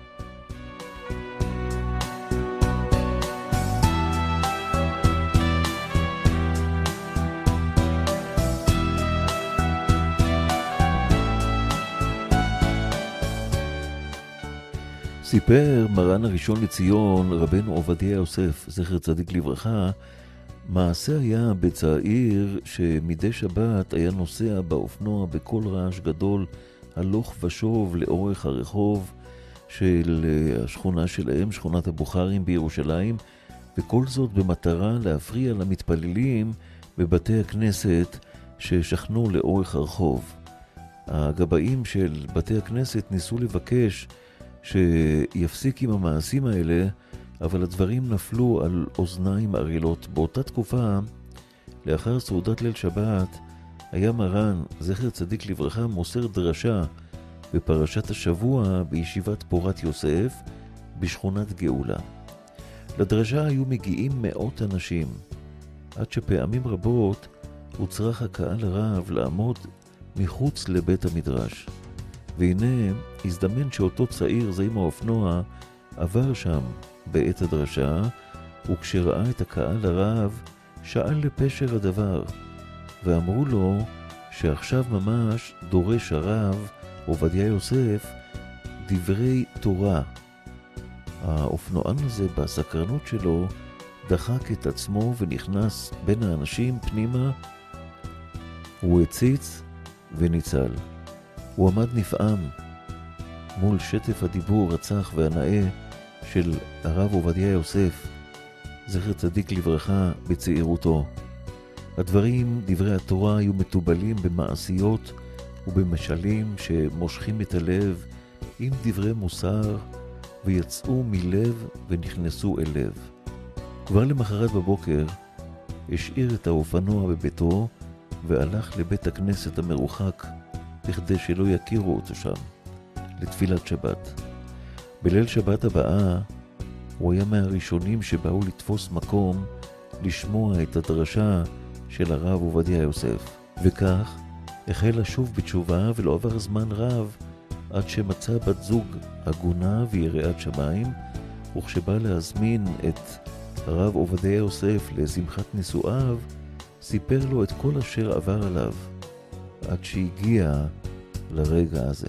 סיפר מרן הראשון לציון, רבנו עובדיה יוסף, זכר צדיק לברכה, מעשה היה בצעיר שמדי שבת היה נוסע באופנוע בכל רעש גדול, הלוך ושוב לאורך הרחוב של השכונה שלהם, שכונת הבוכרים בירושלים, וכל זאת במטרה להפריע למתפללים בבתי הכנסת ששכנו לאורך הרחוב. הגבאים של בתי הכנסת ניסו לבקש שיפסיק עם המעשים האלה, אבל הדברים נפלו על אוזניים ערלות. באותה תקופה, לאחר סעודת ליל שבת, היה מרן, זכר צדיק לברכה, מוסר דרשה בפרשת השבוע בישיבת פורת יוסף בשכונת גאולה. לדרשה היו מגיעים מאות אנשים, עד שפעמים רבות הוצרך הקהל הרב לעמוד מחוץ לבית המדרש. והנה הזדמן שאותו צעיר זה עם האופנוע עבר שם בעת הדרשה, וכשראה את הקהל הרב שאל לפשר הדבר, ואמרו לו שעכשיו ממש דורש הרב עובדיה יוסף דברי תורה. האופנוען הזה בסקרנות שלו דחק את עצמו ונכנס בין האנשים פנימה. הוא הציץ וניצל. הוא עמד נפעם מול שטף הדיבור רצח והנאה של הרב עובדיה יוסף, זכר צדיק לברכה, בצעירותו. הדברים, דברי התורה, היו מטובלים במעשיות ובמשלים שמושכים את הלב עם דברי מוסר, ויצאו מלב ונכנסו אל לב. כבר למחרת בבוקר השאיר את האופנוע בביתו והלך לבית הכנסת המרוחק בכדי שלא יכירו אותו שם לתפילת שבת. בליל שבת הבאה הוא היה מהראשונים שבאו לתפוס מקום לשמוע את הדרשה של הרב עובדיה יוסף, וכך החל לשוב בתשובה, ולא עבר זמן רב עד שמצא בת זוג הגונה ויראת שמיים, וכשבא להזמין את הרב עובדיה יוסף לשמחת נישואיו, סיפר לו את כל אשר עבר עליו עד שהגיע לרגע הזה.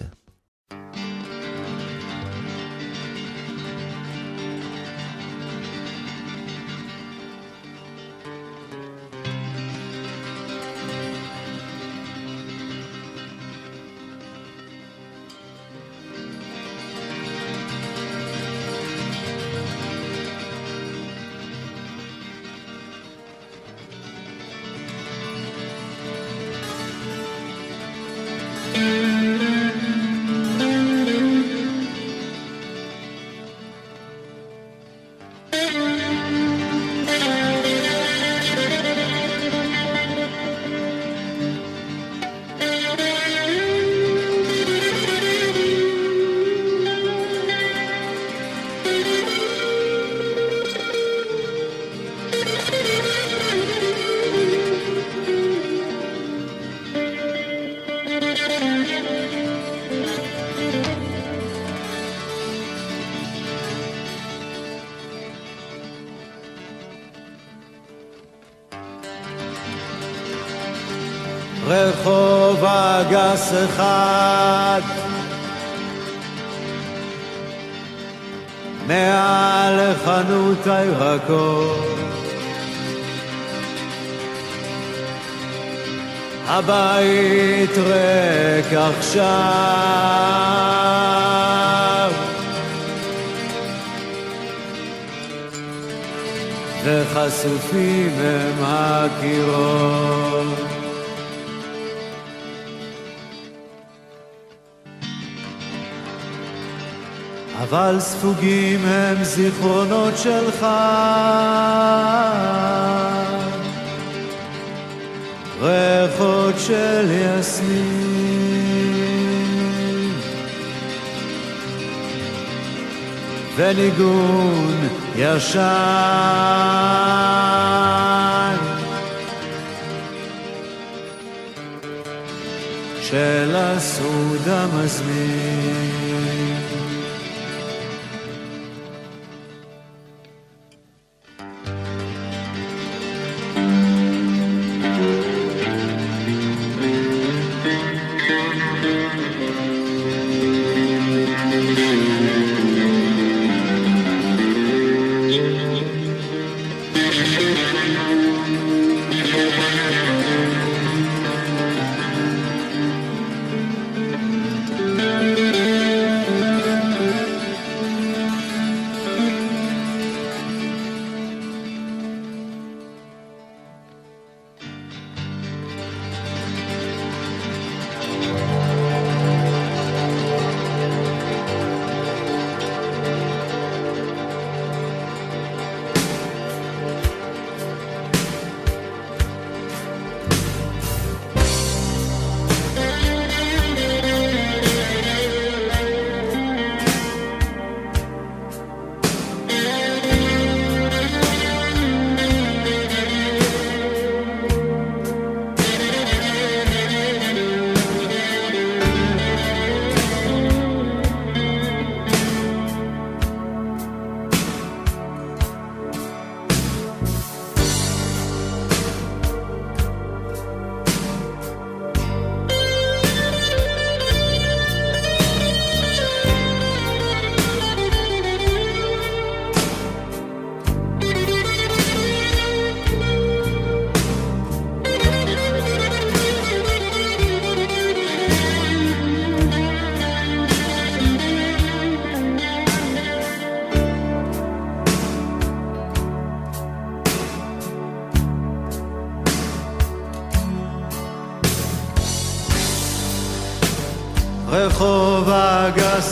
רחוב אגס אחד מעל חנות הירקות, הבית ריק עכשיו וחשופים הם הקירות. אבל ספוגים הם זיכרונות שלך, ריחות של יסמין וניגון ישן של הסעוד המזמין. רחוב אגס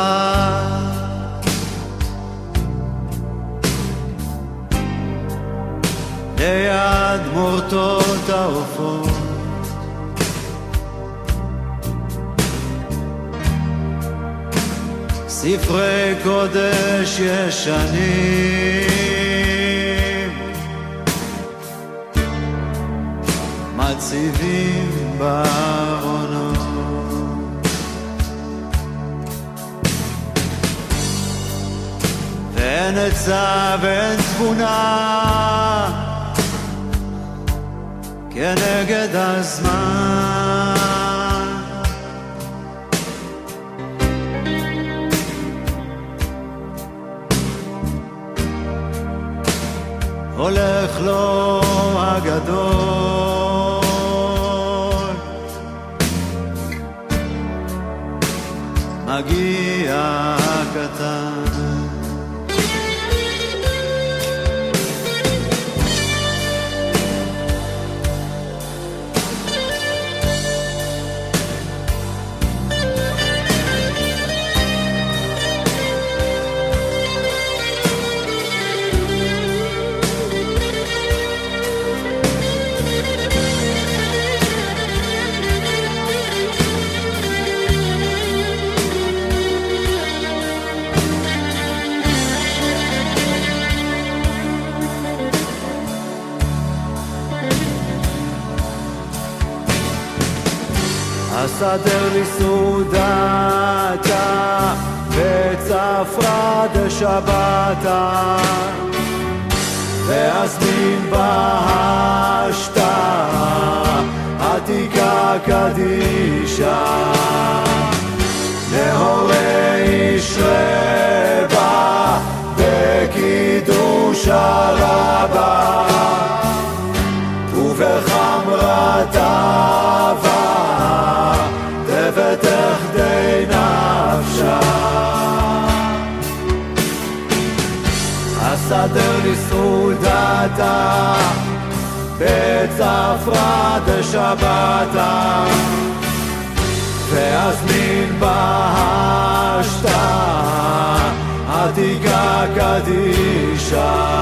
אחד ליד מורטות העופות, ספרי קודש ישנים מציבים בארונות, ואין עצה ואין תבונה כנגד הזמן, הולך לו הגדול, מגיע הקטן. סדר לי סעודתה וצפרה דשבתה, ואזמין בהשתה עתיקה קדישה, נהורי איש רבה בקידוש הרבה, ובחמרת אהבה תבטח די נפשה. אסדר לי סעודתה בצפרא דשבתא, ואזמין בהשתה עתיקה קדישה,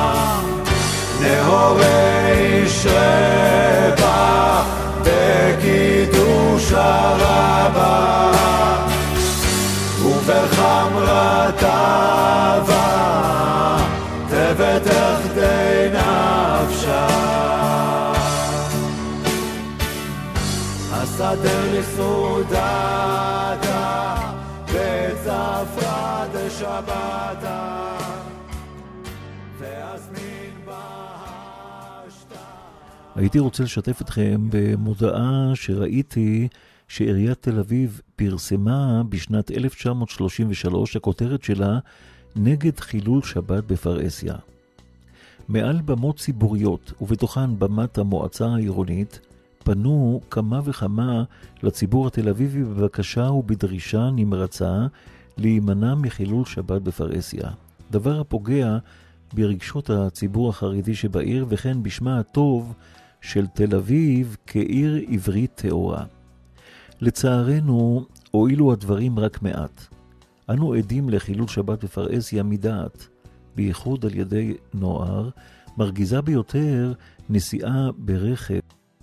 נהורי איש רבה בקידוש הרבה, ובחמרת אהבה תבטח די נפשה. אסדר לי סעודתה בצפרא דשבתא, ואזמין בהשתה. הייתי רוצה לשתף אתכם במודעה שראיתי שעיריית תל אביב פרסמה בשנת 1933, הכותרת שלה נגד חילול שבת בפרהסיה. מעל במות ציבוריות, ובתוכן במת המועצה העירונית, פנו כמה וכמה לציבור התל אביבי בבקשה ובדרישה נמרצה להימנע מחילול שבת בפרהסיה. דבר הפוגע ברגשות הציבור החרדי שבעיר, וכן בשמה הטוב של תל אביב כעיר עברית טהורה. לצערנו, הועילו הדברים רק מעט. אנו עדים לחילול שבת בפרהסיה מדעת, בייחוד על ידי נוער, מרגיזה ביותר נסיעה ברכב,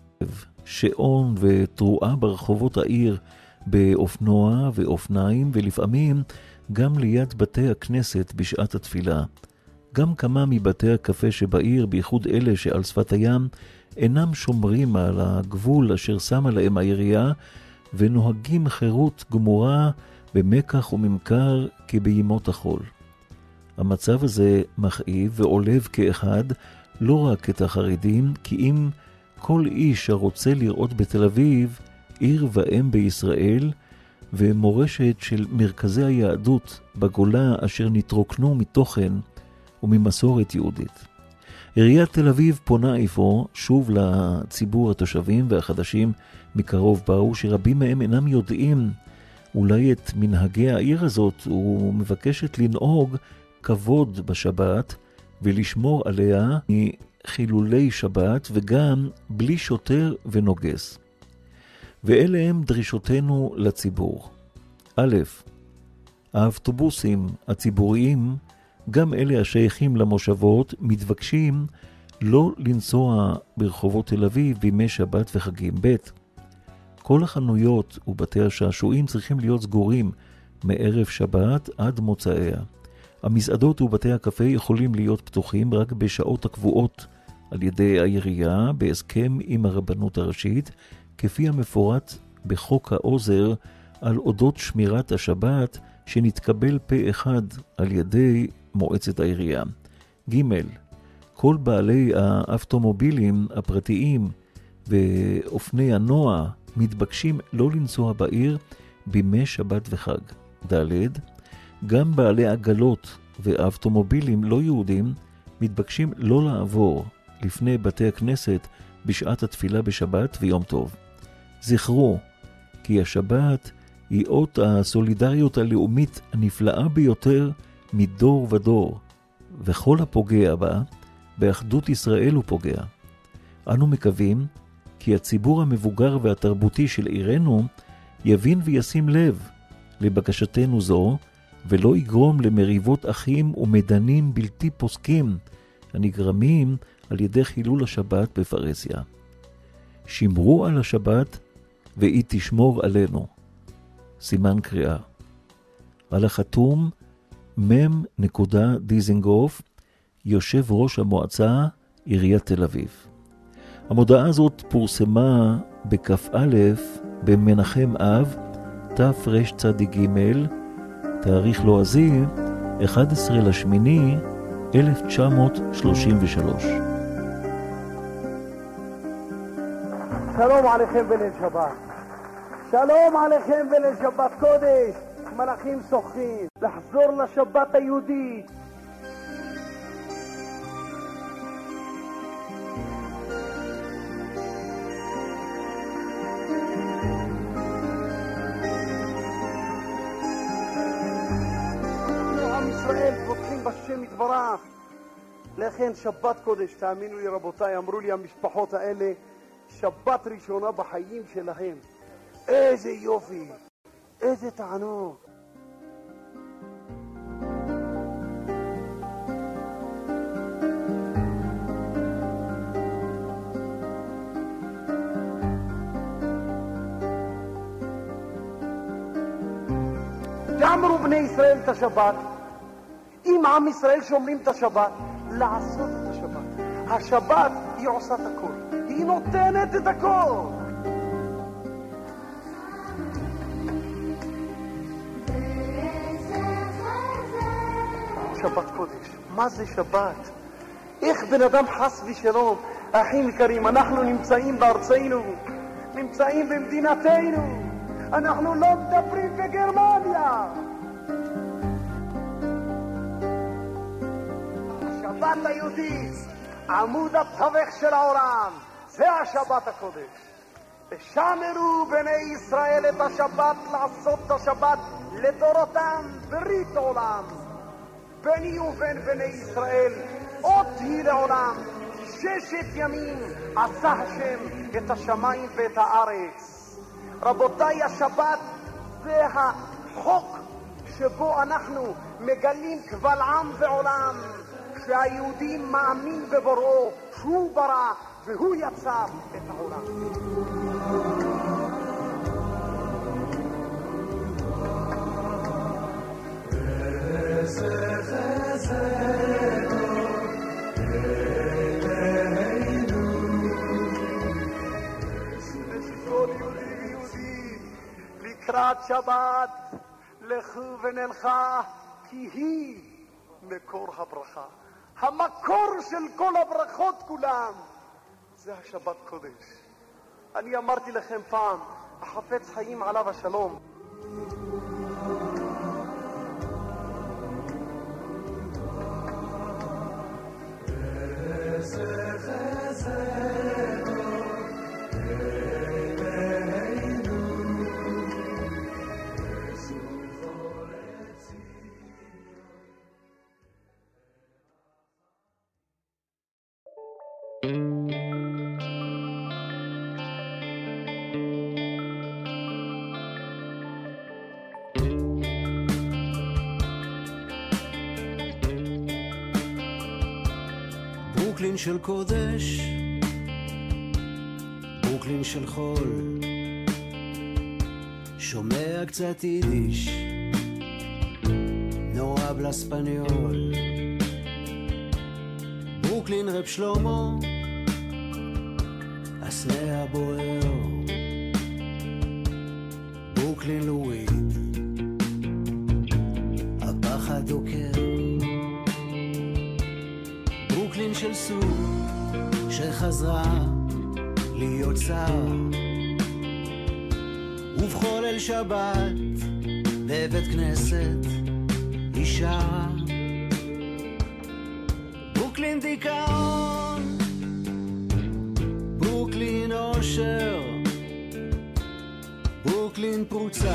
שעון ותרועה ברחובות העיר באופנוע ואופניים, ולפעמים גם ליד בתי הכנסת בשעת התפילה. גם כמה מבתי הקפה שבעיר, בייחוד אלה שעל שפת הים, אינם שומרים על הגבול אשר שמה להם העירייה, ונוהגים חירות גמורה במקח וממכר כבימות החול. המצב הזה מכאיב ועולב כאחד לא רק את החרדים, כי אם כל איש הרוצה לראות בתל אביב עיר ואם בישראל, ומורשת של מרכזי היהדות בגולה אשר נתרוקנו מתוכן וממסורת יהודית. עיריית תל אביב פונה אפוא שוב לציבור התושבים והחדשים מקרוב באו, שרבים מהם אינם יודעים אולי את מנהגי העיר הזאת, ומבקשת לנהוג כבוד בשבת ולשמור עליה מחילולי שבת, וגם בלי שוטר ונוגס. ואלה הם דרישותינו לציבור. א', האוטובוסים הציבוריים, גם אלה השייכים למושבות, מתבקשים לא לנסוע ברחובות תל אביב בימי שבת וחגים. ב', כל החנויות ובתי השעשועים צריכים להיות סגורים מערב שבת עד מוצאיה. המסעדות ובתי הקפה יכולים להיות פתוחים רק בשעות הקבועות על ידי העירייה בהסכם עם הרבנות הראשית, כפי המפורט בחוק העוזר על אודות שמירת השבת, שנתקבל פה אחד על ידי מועצת העירייה. ג', כל בעלי האוטומובילים הפרטיים ואופני הנוע מתבקשים לא לנסוע בעיר בימי שבת וחג. ד', גם בעלי עגלות ואוטומובילים לא יהודים מתבקשים לא לעבור לפני בתי הכנסת בשעת התפילה בשבת ויום טוב. זכרו כי השבת היא אות הסולידריות הלאומית הנפלאה ביותר מדור ודור, וכל הפוגע בה באחדות ישראל הוא פוגע. אנו מקווים כי הציבור המבוגר והתרבותי של עירנו יבין וישים לב לבקשתנו זו, ולא יגרום למריבות אחים ומדנים בלתי פוסקים הנגרמים על ידי חילול השבת בפרהסיה. שמרו על השבת והיא תשמור עלינו. סימן קריאה. על החתום מם דיזנגוף, יושב ראש המועצה עיריית תל אביב. המודעה הזאת פורסמה בכ"א במנחם אב תרצ"ג, תאריך לועזי 11/8/1933. שלום עליכם בליל שבת. שלום עליכם בליל שבת קודש. מלאכים שוחים. לחזור לשבת היהודית. עם ישראל פותחים בשם יתברך. לכן שבת קודש, תאמינו לי רבותיי, אמרו לי המשפחות האלה, שבת ראשונה בחיים שלהם. איזה יופי, איזה תענוג. אמרו בני ישראל את השבת, אם עם ישראל שומרים את השבת, לעשות את השבת. השבת היא עושה את הכל, היא נותנת את הכל. שבת קודש, מה זה שבת? איך בן אדם חס ושלום, אחים יקרים, אנחנו נמצאים בארצנו, נמצאים במדינתנו, אנחנו לא מדברים בגרמניה. השבת היהודית, עמוד התווך של העולם, זה השבת הקודש. ושמרו בני ישראל את השבת, לעשות את השבת לדורותם ברית עולם. ביני ובין בני ישראל אות היא לעולם. 6 ימים עשה השם את השמיים ואת הארץ. רבותיי, השבת זה החוק שבו אנחנו מגלים קבל עם ועולם שהיהודי מאמין בבוראו, שהוא ברא והוא יצר את העולם. לקראת שבת לכו ונלכה, כי היא מקור הברכה. המקור של כל הברכות כולם זה השבת קודש. אני אמרתי לכם פעם, החפץ חיים עליו השלום, ברוקלין של קודש, ברוקלין של חול, שומע קצת יידיש, no habla español. ברוקלין רב שלמה, הסנה הבוער, ברוקלין לואיד, הפחד דוקר. ברוקלין של סוף שחזרה להיות שר, ובכל אל שבת בבית כנסת אישה. ברוקלין דיכאון, ברוקלין אושר, ברוקלין פרוצה,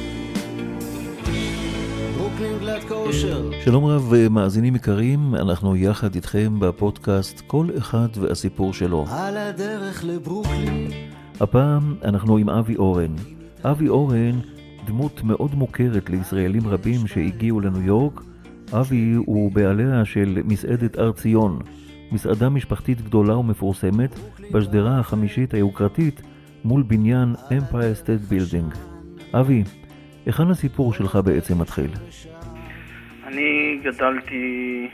ברוקלין גלת כושר. שלום רב מאזינים יקרים, אנחנו יחד איתכם בפודקאסט כל אחד והסיפור שלו. על הדרך לברוקלין. הפעם אנחנו עם אבי אורן. אבי אורן דמות מאוד מוכרת לישראלים רבים שהגיעו לניו יורק. אבי הוא בעליה של מסעדת הר ציון, מסעדה משפחתית גדולה ומפורסמת בשדרה החמישית היוקרתית מול בניין אמפייר סטייט בילדינג. אבי, היכן הסיפור שלך בעצם מתחיל? אני גדלתי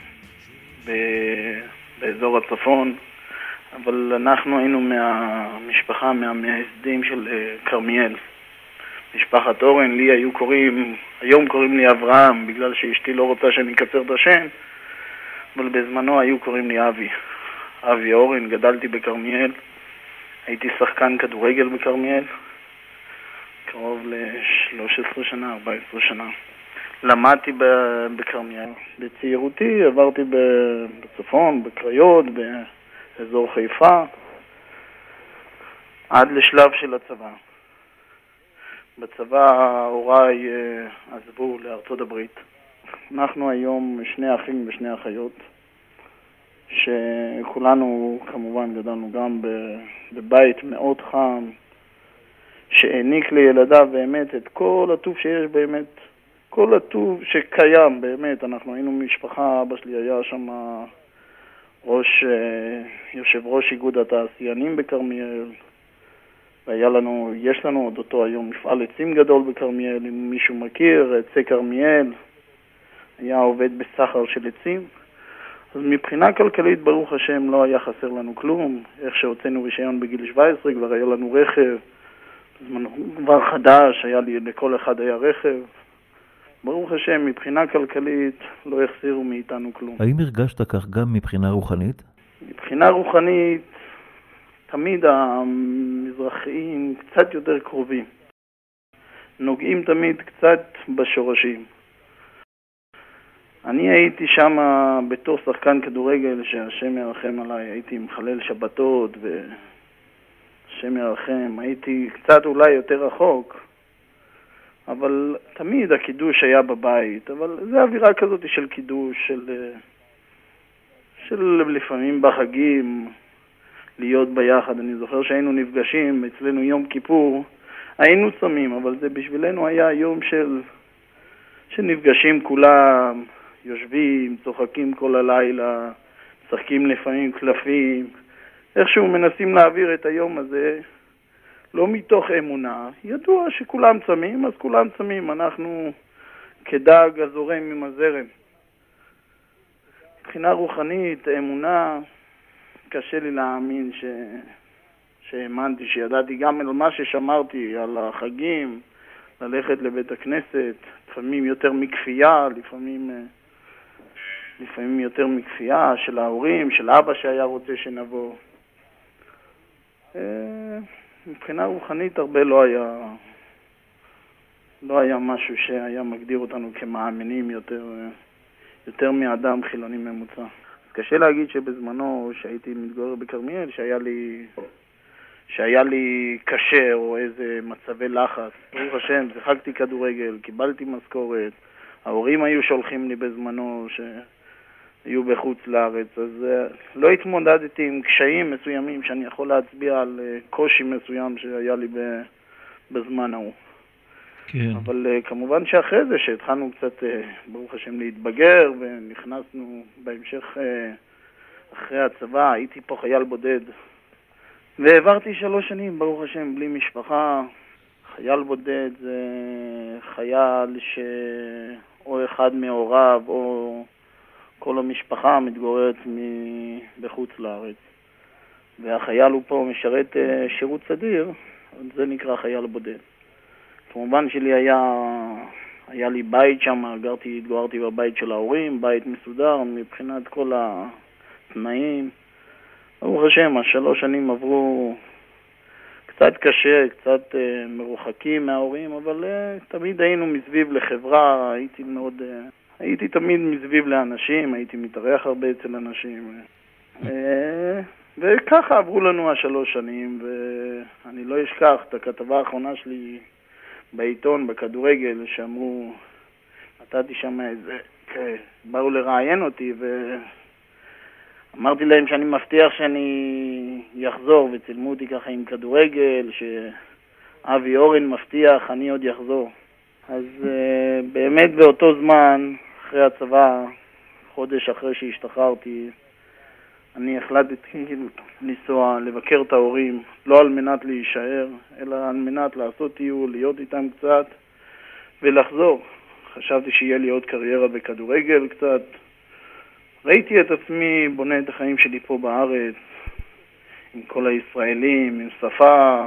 באזור הצפון, אבל אנחנו היינו מהמשפחה, מהמייסדים של כרמיאל. משפחת אורן, לי היום קוראים לי אברהם, בגלל שאשתי לא רוצה שאני אקצר את השם, אבל בזמנו היו קוראים לי אבי אורן. גדלתי בכרמיאל, הייתי שחקן כדורגל בכרמיאל, קרוב ל-13 שנה, 14 שנה. למדתי בכרמיאל. בצעירותי עברתי בצפון, בקריות, באזור חיפה, עד לשלב של הצבא. בצבא הוריי עזבו לארצות הברית. אנחנו היום 2 אחים ו2 אחיות, שכולנו כמובן גדלנו גם בבית מאוד חם, שהעניק לילדיו באמת את כל הטוב שיש באמת, כל הטוב שקיים באמת. אנחנו היינו משפחה, אבא שלי היה שם יושב ראש איגוד התעשיינים בכרמיאל, יש לנו עוד אותו היום מפעל עצים גדול בכרמיאל, אם מישהו מכיר, עצי כרמיאל, היה עובד בסחר של עצים. אז מבחינה כלכלית ברוך השם לא היה חסר לנו כלום. איך שהוצאנו רישיון בגיל 17 כבר היה לנו רכב, כבר חדש, לכל אחד היה רכב. ברוך השם מבחינה כלכלית לא החסירו מאיתנו כלום. האם הרגשת כך גם מבחינה רוחנית? מבחינה רוחנית תמיד המזרחיים קצת יותר קרובים, נוגעים תמיד קצת בשורשים. אני הייתי שם בתור שחקן כדורגל שהשם ירחם עליי, הייתי מחלל שבתות והשם ירחם, הייתי קצת אולי יותר רחוק, אבל תמיד הקידוש היה בבית. אבל זה אווירה כזאת של קידוש, של לפעמים בחגים להיות ביחד. אני זוכר שהיינו נפגשים אצלנו יום כיפור, היינו צמים, אבל זה בשבילנו היה יום שנפגשים כולם, יושבים, צוחקים כל הלילה, משחקים לפעמים קלפים, איכשהו מנסים להעביר את היום הזה, לא מתוך אמונה. ידוע שכולם צמים, אז כולם צמים, אנחנו כדג הזורם עם הזרם. מבחינה רוחנית, אמונה, קשה לי להאמין שהאמנתי, שידעתי גם על מה ששמרתי, על החגים, ללכת לבית הכנסת, לפעמים יותר מכפייה, לפעמים יותר מכפייה של ההורים, של אבא שהיה רוצה שנבוא. מבחינה רוחנית הרבה לא היה משהו שהיה מגדיר אותנו כמאמינים יותר מאדם חילוני ממוצע. אז קשה להגיד שבזמנו שהייתי מתגורר בכרמיאל שהיה לי קשה או איזה מצבי לחץ. ברוך השם, שיחקתי כדורגל, קיבלתי משכורת, ההורים היו שולחים לי בזמנו שהיו בחוץ לארץ, אז לא התמודדתי עם קשיים מסוימים שאני יכול להצביע על קושי מסוים שהיה לי בזמן ההוא. כן. אבל כמובן שאחרי זה שהתחלנו קצת, ברוך השם, להתבגר ונכנסנו בהמשך אחרי הצבא, הייתי פה חייל בודד והעברתי 3 שנים, ברוך השם, בלי משפחה. חייל בודד זה חייל או אחד מהוריו או כל המשפחה מתגוררת בחוץ לארץ, והחייל הוא פה משרת שירות סדיר, זה נקרא חייל בודד. כמובן שלי היה לי בית שם, התגוררתי בבית של ההורים, בית מסודר מבחינת כל התנאים. ברוך השם, 3 שנים עברו קצת קשה, קצת מרוחקים מההורים, אבל תמיד היינו מסביב לחברה, הייתי תמיד מסביב לאנשים, הייתי מתארח הרבה אצל אנשים. וככה עברו לנו 3 שנים, ואני לא אשכח את הכתבה האחרונה שלי בעיתון, בכדורגל, שאמרו, נתתי שם באו לראיין אותי, אמרתי להם שאני מבטיח שאני יחזור, וצילמו אותי ככה עם כדורגל, שאבי אורן מבטיח, אני עוד יחזור. אז באמת באותו זמן, אחרי הצבא, חודש אחרי שהשתחררתי, אני החלטתי לנסוע, לבקר את ההורים, לא על מנת להישאר, אלא על מנת לעשות טיול, להיות איתם קצת ולחזור. חשבתי שיהיה לי עוד קריירה בכדורגל קצת. ראיתי את עצמי בונה את החיים שלי פה בארץ, עם כל הישראלים, עם שפה,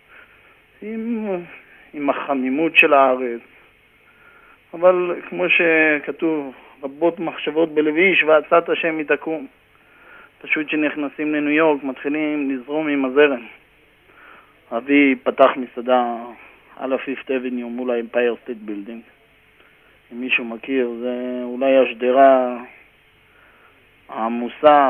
עם החמימות של הארץ. אבל כמו שכתוב, רבות מחשבות בלב איש ועצת השם היא תקום. פשוט שנכנסים לניו יורק, מתחילים לזרום עם הזרם. אבי פתח מסעדה על הפיפט אבניו מול האמפייר סטייט בילדינג. אם מישהו מכיר, זה אולי השדרה העמוסה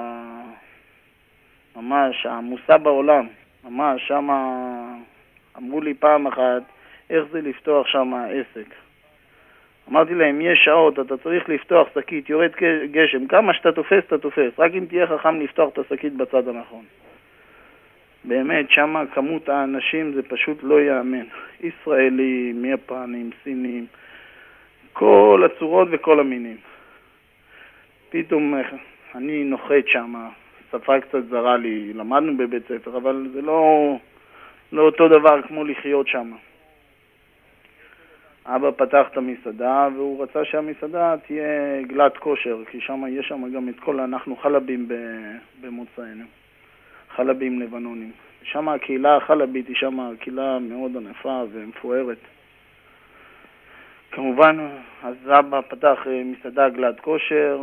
ממש העמוסה בעולם. ממש שם אמרו לי פעם אחת, איך זה לפתוח שם עסק. אמרתי להם, יש שעות, אתה צריך לפתוח שקית, יורד גשם, כמה שאתה תופס, אתה תופס. רק אם תהיה חכם לפתוח את השקית בצד הנכון. באמת, שם כמות האנשים זה פשוט לא יאמן. ישראלים, יפנים, סינים, כל הצורות וכל המינים. פתאום אני נוחת שם, שפה קצת זרה לי, למדנו בבית ספר, אבל זה לא אותו דבר כמו לחיות שם. אבא פתח את המסעדה, והוא רצה שהמסעדה תהיה גלת כושר, כי שם יש שם גם את כל, אנחנו חלבים במוצאנו, חלבים לבנונים. שם הקהילה החלבית היא שם קהילה מאוד ענפה ומפוארת. כמובן, אז אבא פתח מסעדה גלת כושר,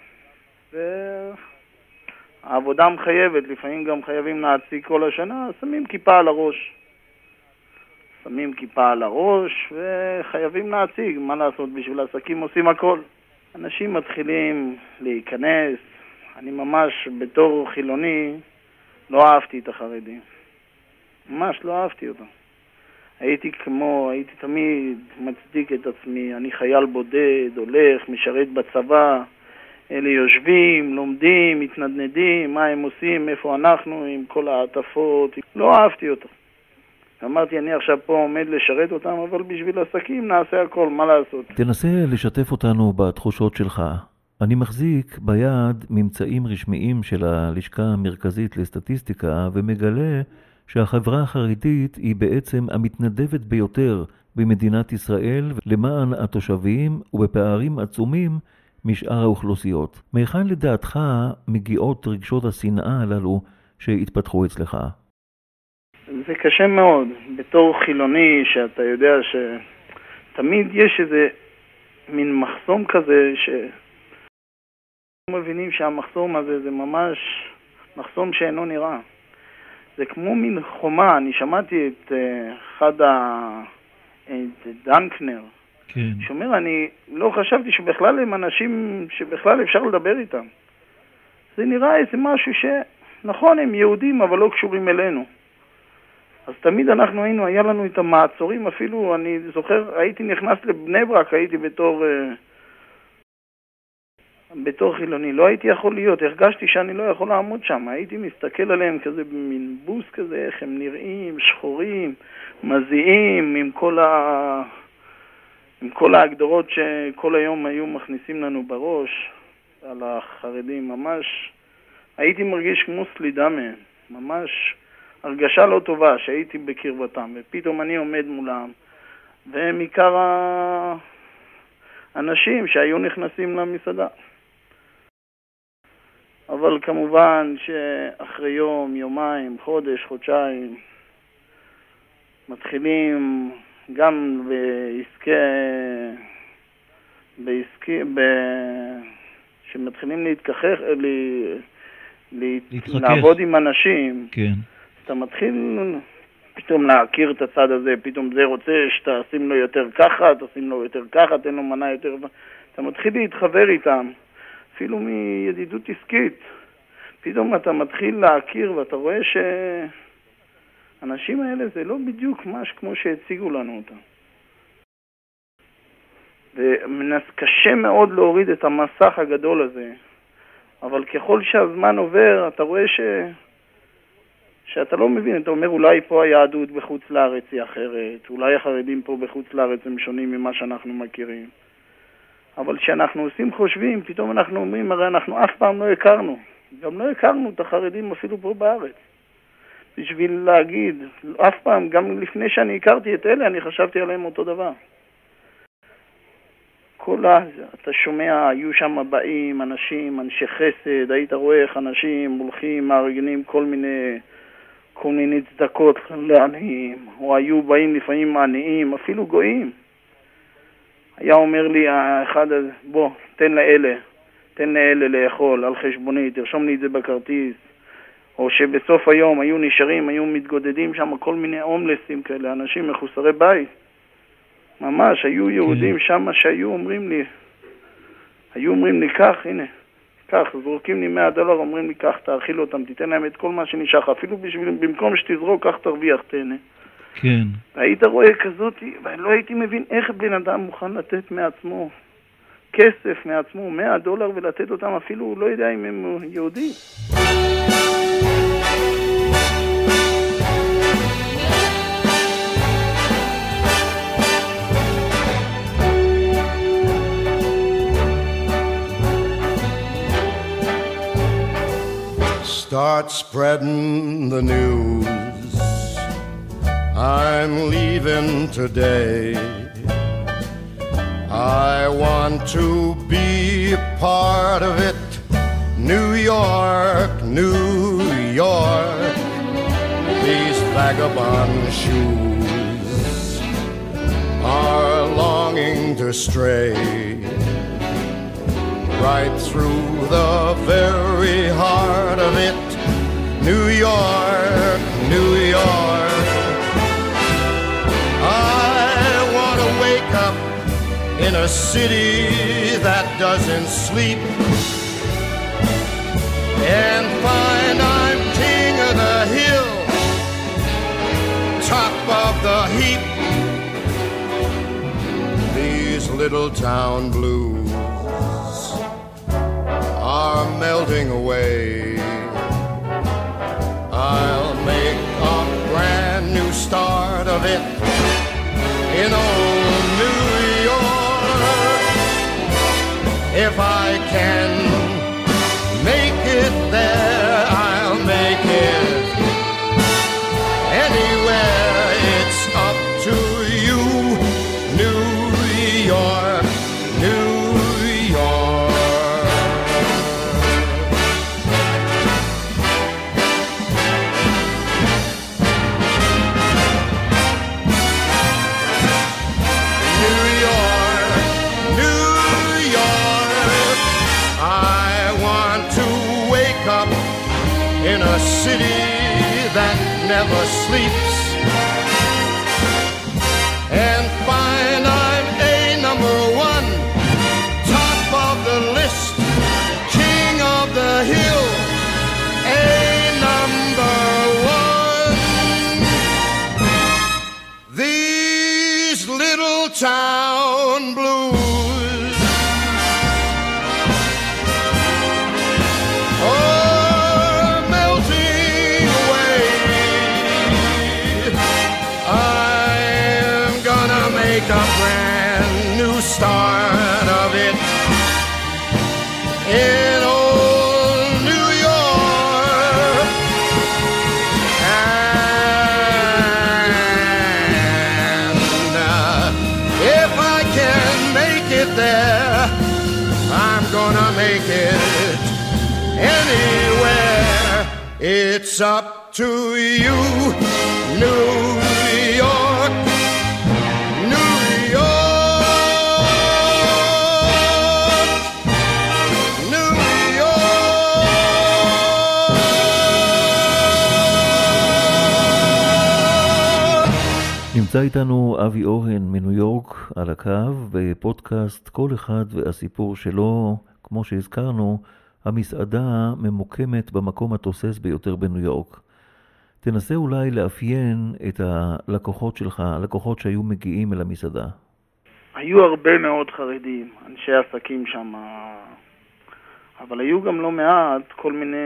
והעבודה מחייבת, לפעמים גם חייבים להציג כל השנה, שמים כיפה על הראש. שמים כיפה על הראש וחייבים להציג, מה לעשות, בשביל העסקים עושים הכל. אנשים מתחילים להיכנס, אני ממש בתור חילוני לא אהבתי את החרדים. ממש לא אהבתי אותם. הייתי תמיד מצדיק את עצמי, אני חייל בודד, הולך, משרת בצבא, אלה יושבים, לומדים, מתנדנדים, מה הם עושים, איפה אנחנו עם כל העטפות, לא אהבתי אותם. אמרתי, אני עכשיו פה עומד לשרת אותם, אבל בשביל עסקים נעשה הכל, מה לעשות? תנסה לשתף אותנו בתחושות שלך. אני מחזיק ביד ממצאים רשמיים של הלשכה המרכזית לסטטיסטיקה, ומגלה שהחברה החרדית היא בעצם המתנדבת ביותר במדינת ישראל למען התושבים ובפערים עצומים משאר האוכלוסיות. מהיכן לדעתך מגיעות רגשות השנאה הללו שהתפתחו אצלך? זה קשה מאוד. בתור חילוני שאתה יודע שתמיד יש איזה מין מחסום כזה מבינים שהמחסום הזה זה ממש מחסום שאינו נראה. זה כמו מין חומה. אני שמעתי את את דנקנר, כן. שאומר, אני לא חשבתי שבכלל הם אנשים שבכלל אפשר לדבר איתם. זה נראה איזה משהו שנכון, הם יהודים, אבל לא קשורים אלינו. אז תמיד היה לנו את המעצורים, אפילו אני זוכר, הייתי נכנס לבני ברק, הייתי בתור חילוני, לא הייתי יכול להיות, הרגשתי שאני לא יכול לעמוד שם, הייתי מסתכל עליהם כזה במין בוס כזה, איך הם נראים, שחורים, מזיעים, עם כל ההגדרות שכל היום היו מכניסים לנו בראש על החרדים. ממש הייתי מרגיש כמו סלידה מהם, ממש הרגשה לא טובה שהייתי בקרבתם, ופתאום אני עומד מולם, והם עיקר האנשים שהיו נכנסים למסעדה. אבל כמובן שאחרי יום, יומיים, חודש, חודשיים, מתחילים גם שמתחילים להתכחך, לעבוד עם אנשים. כן. אתה מתחיל פתאום להכיר את הצד הזה, פתאום זה רוצה שתשים לו יותר ככה, תשים לו יותר ככה, תן לו מנה יותר. אתה מתחיל להתחבר איתם, אפילו מידידות עסקית. פתאום אתה מתחיל להכיר ואתה רואה שהאנשים האלה זה לא בדיוק משהו כמו שהציגו לנו אותם. וקשה מאוד להוריד את המסך הגדול הזה, אבל ככל שהזמן עובר אתה רואה שאתה לא מבין, אתה אומר אולי פה היהדות בחוץ לארץ היא אחרת, אולי החרדים פה בחוץ לארץ הם שונים ממה שאנחנו מכירים. אבל כשאנחנו עושים חושבים, פתאום אנחנו אומרים, הרי אנחנו אף פעם לא הכרנו, גם לא הכרנו את החרדים אפילו פה בארץ. בשביל להגיד, אף פעם, גם לפני שאני הכרתי את אלה, אני חשבתי עליהם אותו דבר. אתה שומע, היו שם באים אנשים, אנשי חסד, היית רואה איך אנשים הולכים, מארגנים כל מיני צדקות לעניים, או היו באים לפעמים עניים, אפילו גויים. היה אומר לי אחד, בוא, תן לאלה לאכול על חשבוני, תרשום לי את זה בכרטיס. או שבסוף היום היו נשארים, היו מתגודדים שם כל מיני הומלסים כאלה, אנשים מחוסרי בית. ממש, היו יהודים שם שהיו אומרים לי, קח, הנה, קח, זורקים לי $100, אומרים לי, קח, תאכיל אותם, תיתן להם את כל מה שנשאר, אפילו במקום שתזרוק, קח תרוויח, תהנה. כן. היית רואה כזאת, ואני לא הייתי מבין איך בן אדם מוכן לתת מעצמו כסף מעצמו, $100 ולתת אותם אפילו, לא יודע אם הם יהודים. Start spreading the news. I'm leaving today. I want to be a part of it. New York, New York. These vagabond shoes are longing to stray right through the very heart of it. New York, New York. I want to wake up in a city that doesn't sleep and find I'm king of the hill, top of the heap. These little town blues are melting away. I'll make a brand new start of it in old New York. If I can make it there, I'll make it anywhere. It's up to you, New York, New York. In a city that never sleeps and find I'm a number one, top of the list, king of the hill, a number one. These little town blues a brand new start of it in old New York. And if I can make it there, I'm gonna make it anywhere. It's up to you, New York. נמצא איתנו אבי אורן מניו יורק על הקו בפודקאסט כל אחד והסיפור שלו. כמו שהזכרנו, המסעדה ממוקמת במקום התוסס ביותר בניו יורק. תנסה אולי לאפיין את הלקוחות שלך, הלקוחות שהיו מגיעים אל המסעדה. היו הרבה מאוד חרדים, אנשי עסקים שם, אבל היו גם לא מעט כל מיני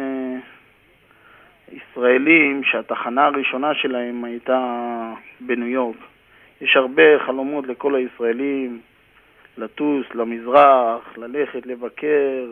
ישראלים שהתחנה הראשונה שלהם הייתה בניו יורק. יש הרבה חלומות לכל הישראלים, לטוס למזרח, ללכת לבקר,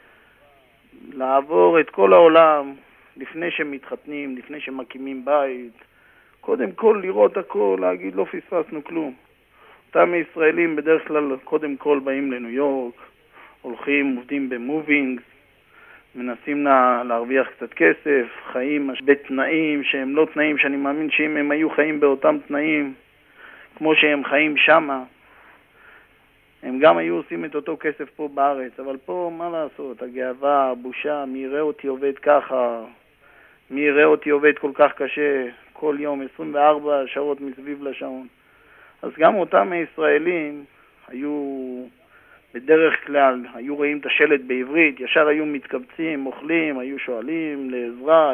לעבור את כל העולם לפני שמתחתנים, לפני שמקימים בית. קודם כל לראות הכל, להגיד לא פספסנו כלום. אותם ישראלים בדרך כלל קודם כל באים לניו יורק, הולכים, עובדים במובינגס, מנסים להרוויח קצת כסף, חיים בתנאים שהם לא תנאים שאני מאמין שאם הם היו חיים באותם תנאים כמו שהם חיים שמה, הם גם היו עושים את אותו כסף פה בארץ. אבל פה מה לעשות, הגאווה, הבושה, מי יראה אותי עובד ככה, מי יראה אותי עובד כל כך קשה, כל יום 24 שעות מסביב לשעון. אז גם אותם הישראלים היו בדרך כלל, היו רואים את השלט בעברית, ישר היו מתקבצים, אוכלים, היו שואלים לעזרה,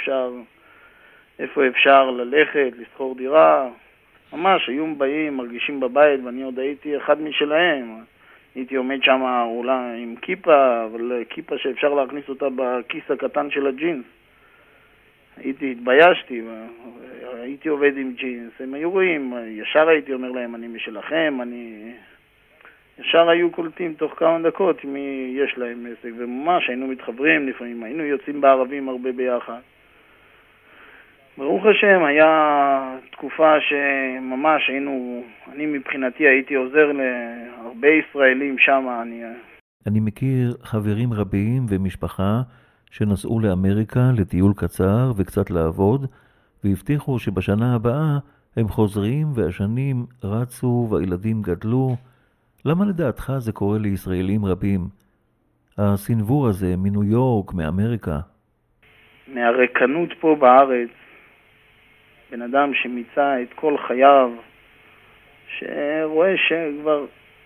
איפה אפשר ללכת, לסחור דירה. ממש היו באים, מרגישים בבית, ואני עוד הייתי אחד משלהם. הייתי עומד שם אולי עם כיפה, אבל כיפה שאפשר להכניס אותה בכיס הקטן של הג'ינס. התביישתי, הייתי עובד עם ג'ינס. הם היו רואים, ישר הייתי אומר להם, אני משלכם, ישר היו קולטים תוך כמה דקות מי יש להם עסק, וממש היינו מתחברים לפעמים, היינו יוצאים בערבים הרבה ביחד. ברוך השם, היה תקופה שממש אני מבחינתי הייתי עוזר להרבה ישראלים שם. אני מכיר חברים רבים ומשפחה שנסעו לאמריקה לטיול קצר וקצת לעבוד, והבטיחו שבשנה הבאה הם חוזרים והשנים רצו והילדים גדלו. למה לדעתך זה קורה לישראלים רבים? הסנבור הזה מניו יורק, מאמריקה. מהרקנות פה בארץ, בן אדם שמיצה את כל חייו, שרואה שכבר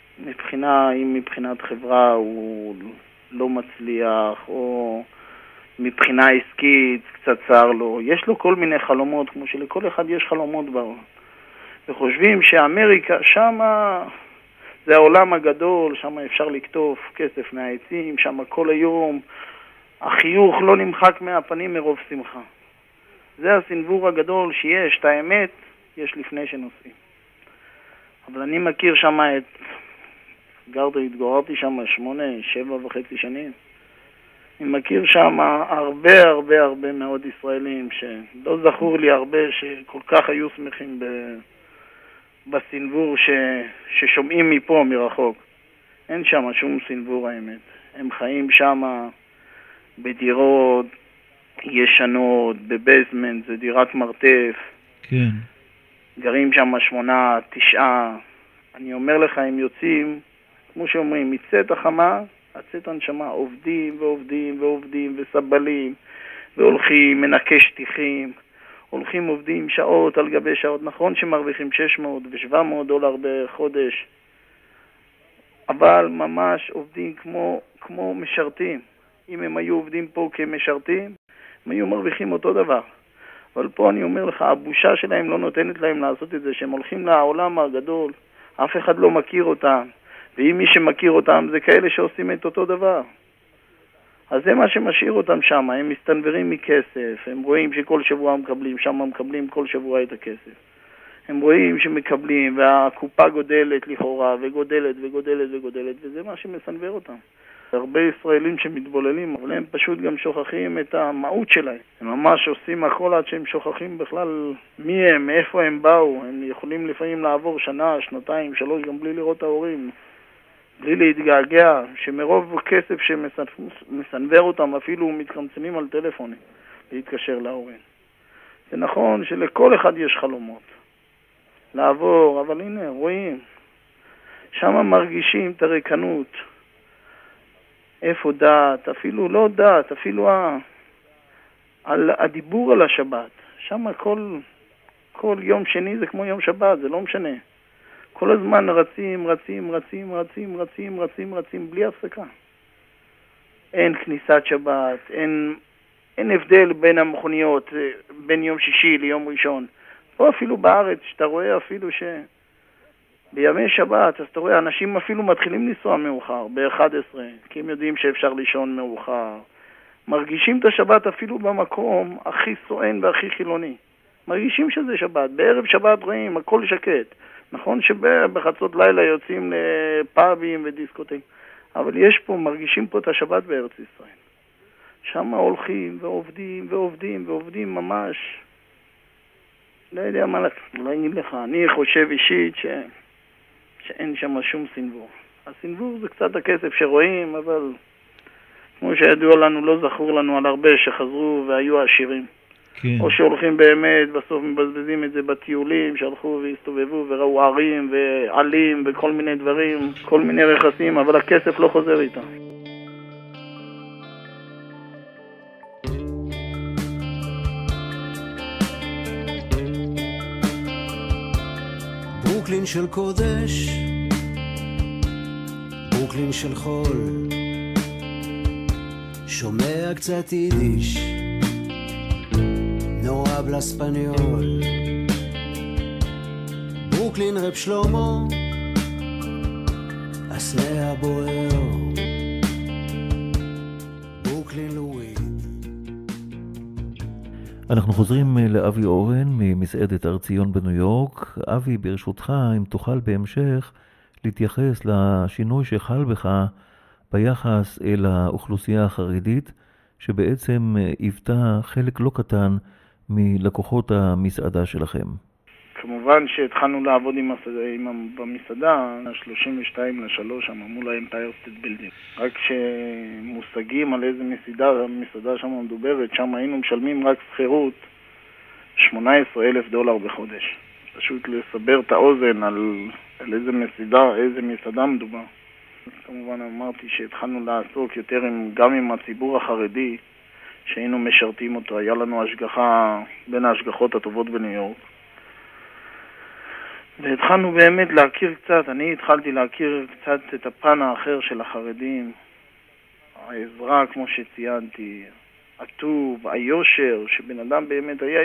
מבחינת חברה הוא לא מצליח, או מבחינה עסקית קצת צר לו. יש לו כל מיני חלומות, כמו שלכל אחד יש חלומות בעולם. וחושבים שאמריקה שמה זה העולם הגדול, שמה אפשר לקטוף כסף מהעצים, שמה כל היום החיוך לא נמחק מהפנים מרוב שמחה. זה הסנבור הגדול שיש, את האמת יש לפני שנוסעים. אבל אני מכיר שם התגוררתי שם 7.5 שנים. אני מכיר שם הרבה מאוד ישראלים שלא זכור לי הרבה שכל כך היו שמחים בסנבור ששומעים מפה מרחוק. אין שם שום סנבור האמת. הם חיים שם בדירות ישנות, בבייסמנט, זה דירת מרתף. כן. גרים שם 8-9. אני אומר לך, הם יוצאים, כמו שאומרים, מצאת החמה, הצאת הנשמה, עובדים וסבלים, והולכים, מנקי שטיחים, הולכים עובדים שעות על גבי שעות. נכון שמרוויחים $600 ו$700 בחודש, אבל ממש עובדים כמו משרתים. אם הם היו עובדים פה כמשרתים, הם היו מרוויחים אותו דבר. אבל פה אני אומר לך, הבושה שלהם לא נותנת להם לעשות את זה, שהם הולכים לעולם הגדול, אף אחד לא מכיר אותם, ואם מי שמכיר אותם זה כאלה שעושים את אותו דבר. אז זה מה שמשאיר אותם שם, הם מסתנברים מכסף, הם רואים שכל שבוע מקבלים, שם מקבלים כל שבוע את הכסף. הם רואים שמקבלים, והקופה גודלת לכאורה, וגודלת, וזה מה שמסנבר אותם. הרבה ישראלים שמתבוללים, אבל הם פשוט גם שוכחים את המהות שלהם. הם ממש עושים הכל עד שהם שוכחים בכלל מי הם, מאיפה הם באו. הם יכולים לפעמים לעבור שנה, 2, 3, גם בלי לראות ההורים, בלי להתגעגע, שמרוב כסף שמסנבר אותם אפילו מתקמצנים על טלפונים להתקשר להורים. זה נכון שלכל אחד יש חלומות לעבור, אבל הנה, רואים, שם מרגישים את הריקנות. איפה דת, אפילו לא דת, אפילו על הדיבור על השבת. שם כל יום שני זה כמו יום שבת, זה לא משנה. כל הזמן רצים, בלי הפסקה. אין כניסת שבת, אין הבדל בין המכוניות, בין יום שישי ליום ראשון. פה אפילו בארץ, שאתה רואה אפילו בימי שבת, אז אתה רואה, אנשים אפילו מתחילים לנסוע מאוחר, ב-11, כי הם יודעים שאפשר לישון מאוחר. מרגישים את השבת אפילו במקום הכי סואן והכי חילוני. מרגישים שזה שבת. בערב שבת רואים, הכל שקט. נכון שבחצות לילה יוצאים לפאבים ודיסקוטים, אבל יש פה, מרגישים פה את השבת בארץ ישראל. שם הולכים ועובדים ממש. לא יודע מה להגיד לך. אני חושב אישית שאין שם שום סנבור. הסנבור זה קצת הכסף שרואים, אבל כמו שידוע לנו, לא זכור לנו על הרבה שחזרו והיו עשירים. כן. או שהולכים באמת, בסוף מבזבזים את זה בטיולים, שהלכו והסתובבו וראו ערים ועלים וכל מיני דברים, כל מיני רכסים, אבל הכסף לא חוזר איתם. ברוקלין של קודש, ברוקלין של חול, שומע קצת יידיש, no hablas español. ברוקלין רב שלמה, הסנה הבוער, ברוקלין לואי. אנחנו חוזרים לאבי אורן ממסעדת הר ציון בניו יורק. אבי, ברשותך, אם תוכל בהמשך להתייחס לשינוי שחל בך ביחס אל האוכלוסייה החרדית, שבעצם היוותה חלק לא קטן מלקוחות המסעדה שלכם. כמובן שהתחלנו לעבוד במסעדה, 32-3 שם מול האמפייר סטייט בילדינג. רק שמושגים על איזה מסעדה שם מדוברת, שם היינו משלמים רק שכירות $18,000 בחודש. פשוט לסבר את האוזן על איזה מסעדה מדובר. כמובן אמרתי שהתחלנו לעסוק יותר גם עם הציבור החרדי, שהיינו משרתים אותו. היה לנו השגחה בין ההשגחות הטובות בניו יורק. והתחלנו באמת להכיר קצת, אני התחלתי להכיר קצת את הפן האחר של החרדים, העזרה כמו שציינתי, הטוב, היושר, שבן אדם באמת היה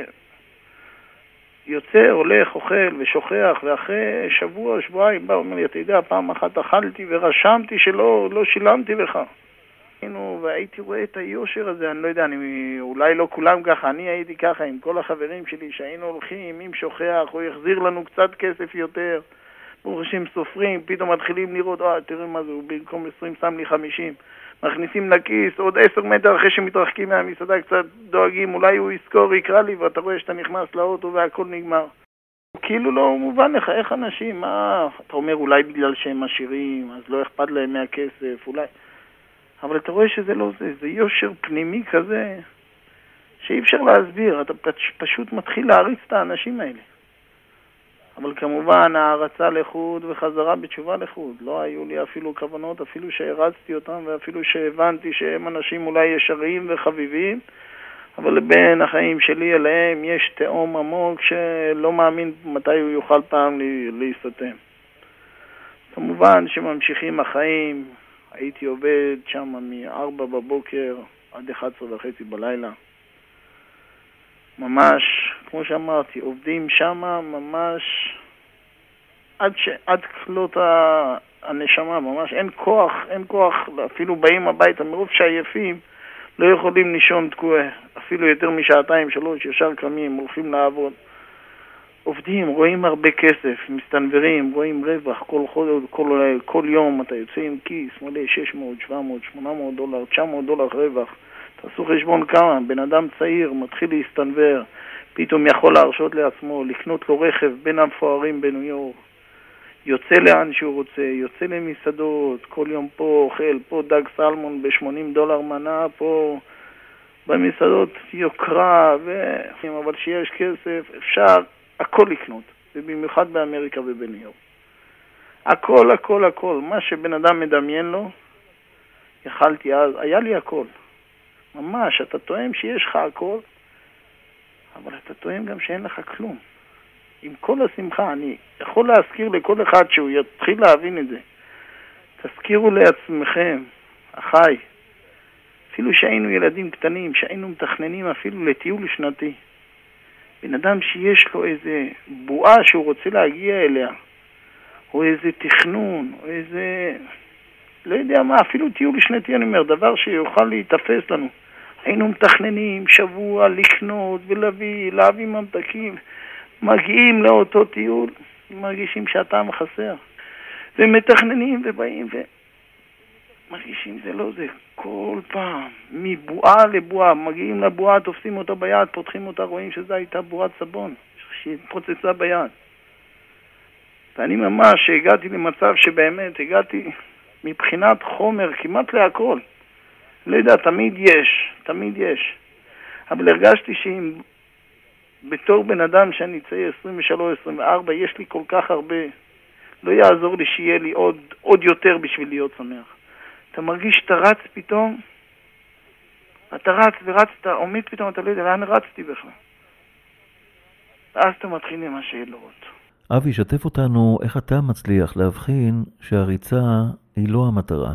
יוצא, הולך, אוכל ושוכח, ואחרי שבוע, שבועיים בא, אומר לי, אתה יודע, פעם אחת אכלתי ורשמתי שלא שילמתי לך. והייתי רואה את היושר הזה, אני לא יודע, אולי לא כולם ככה, אני הייתי ככה עם כל החברים שלי שהיינו הולכים, אם שוכח, הוא יחזיר לנו קצת כסף יותר, ברוך השם סופרים, פתאום מתחילים לראות, תראה מה זה, הוא במקום 20 שם לי 50, מכניסים לכיס, עוד 10 מטר אחרי שמתרחקים מהמסעדה קצת דואגים, אולי הוא יזכור, יקרא לי, ואתה רואה שאתה נכנס לאוטו והכל נגמר. כאילו לא מובן לך, איך אנשים, אתה אומר אולי בגלל שהם עשירים, אז לא אכפת להם מהכסף, אולי... אבל אתה רואה שזה לא זה יושר פנימי כזה שאי אפשר להסביר, אתה פשוט מתחיל להריץ את האנשים האלה. אבל כמובן הערצה לחוד וחזרה בתשובה לחוד, לא היו לי אפילו כוונות, אפילו שהרצתי אותם ואפילו שהבנתי שהם אנשים אולי ישרים וחביבים, אבל בין החיים שלי אליהם יש תאום עמוק שלא מאמין מתי הוא יוכל פעם להסתתם. כמובן שממשיכים החיים, הייתי עובד שם מ-4 בבוקר עד 11:30 בלילה. ממש, כמו שאמרתי, עובדים שם ממש עד כלות הנשמה, ממש אין כוח, אפילו באים הביתה, מרוב שעייפים, לא יכולים לישון תקועה, אפילו יותר מ2-3 ישר קמים, הולכים לעבוד. עובדים, רואים הרבה כסף, מסתנברים, רואים רווח, כל יום אתה יוצא עם כיס, מלא 600, 700, 800 דולר, 900 דולר רווח. תעשו חשבון כמה, בן אדם צעיר מתחיל להסתנבר, פתאום יכול להרשות לעצמו, לקנות לו רכב בין המפוארים בניו יורק, יוצא לאן שהוא רוצה, יוצא למסעדות, כל יום פה אוכל, פה דג סלמון $80 מנה, פה במסעדות יוקרה, אבל שיש כסף אפשר הכל לקנות, ובמיוחד באמריקה ובניו יורק. הכל, מה שבן אדם מדמיין לו, יכלתי אז, היה לי הכל. ממש, אתה טועם שיש לך הכל, אבל אתה טועם גם שאין לך כלום. עם כל השמחה, אני יכול להזכיר לכל אחד שהוא יתחיל להבין את זה. תזכירו לעצמכם, אחי, אפילו שהיינו ילדים קטנים, שהיינו מתכננים אפילו לטיול שנתי, בן אדם שיש לו איזה בועה שהוא רוצה להגיע אליה, או איזה תכנון, או איזה, לא יודע מה, אפילו טיול שנתי, אני אומר, דבר שיוכל להתאפס לנו. היינו מתכננים שבוע לקנות ולהביא ממתקים, מגיעים לאותו טיול, מרגישים שהטעם חסר, ומתכננים ובאים מרגישים זה לא זה, כל פעם, מבועה לבועה, מגיעים לבועה, תופסים אותה ביד, פותחים אותה, רואים שזו הייתה בועת סבון, שהתפוצצה ביד. ואני ממש הגעתי למצב שבאמת הגעתי מבחינת חומר כמעט להכל. לא יודע, תמיד יש. אבל הרגשתי שאם בתור בן אדם שאני צעיר 23-24, יש לי כל כך הרבה, לא יעזור לי שיהיה לי עוד יותר בשביל להיות שמח. אתה מרגיש שאתה רץ פתאום, אתה רץ ורצת, עומד פתאום, אתה לא יודע לאן רצתי בכלל. ואז אתה מתחיל עם השאלות. אבי, שתף אותנו איך אתה מצליח להבחין שהריצה היא לא המטרה.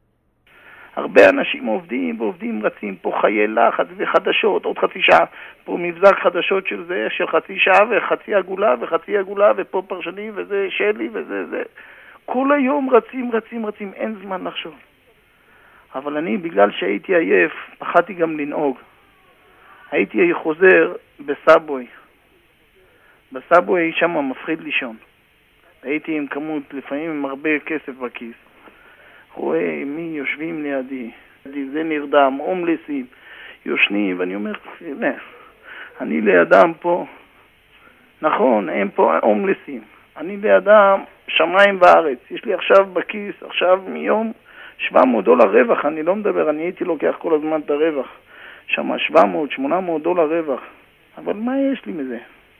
הרבה אנשים עובדים, רצים פה חיי לחץ וחדשות, עוד חצי שעה, פה מבזק חדשות של זה, של חצי שעה וחצי עגולה ופה פרשנים וזה שלי וזה זה. כל היום רצים, אין זמן לחשוב. אבל אני, בגלל שהייתי עייף, פחדתי גם לנהוג. הייתי חוזר בסאבווי. בסאבווי שם מפחיד לישון. הייתי עם כמות, לפעמים עם הרבה כסף בכיס. רואה מי יושבים לידי, זה נרדם, הומלסים, יושנים, ואני אומר, הנה, אני לידם פה, נכון, הם פה הומלסים, אני לידם שמיים וארץ, יש לי עכשיו בכיס, עכשיו מיום $700 רווח, אני לא מדבר, אני הייתי לוקח כל הזמן את הרווח, שם $700-800 רווח, אבל מה יש לי מזה?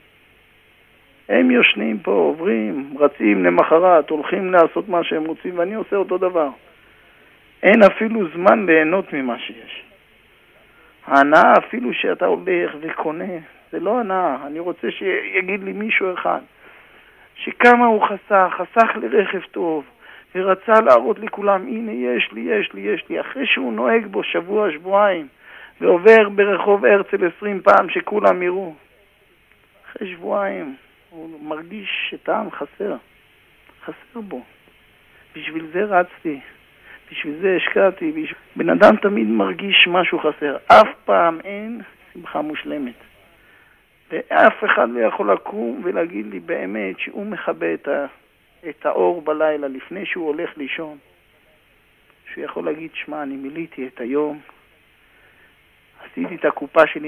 הם יושנים פה, עוברים, רצים למחרת, הולכים לעשות מה שהם רוצים, ואני עושה אותו דבר. אין אפילו זמן ליהנות ממה שיש. ההנאה אפילו שאתה הולך וקונה, זה לא הנאה. אני רוצה שיגיד לי מישהו אחד, שכמה הוא חסך לרכב טוב, ורצה להראות לכולם, הנה יש לי, אחרי שהוא נוהג בו שבוע, שבועיים, ועובר ברחוב הרצל 20 פעם שכולם יראו. אחרי שבועיים, הוא מרגיש שטעם חסר בו. בשביל זה רצתי, בשביל זה השקעתי. בן אדם תמיד מרגיש משהו חסר. אף פעם אין שמחה מושלמת. ואף אחד לא יכול לקום ולהגיד לי באמת שהוא מכבה את האור בלילה לפני שהוא הולך לישון. שהוא יכול להגיד, שמע, אני מילאתי את היום, עשיתי את הקופה שלי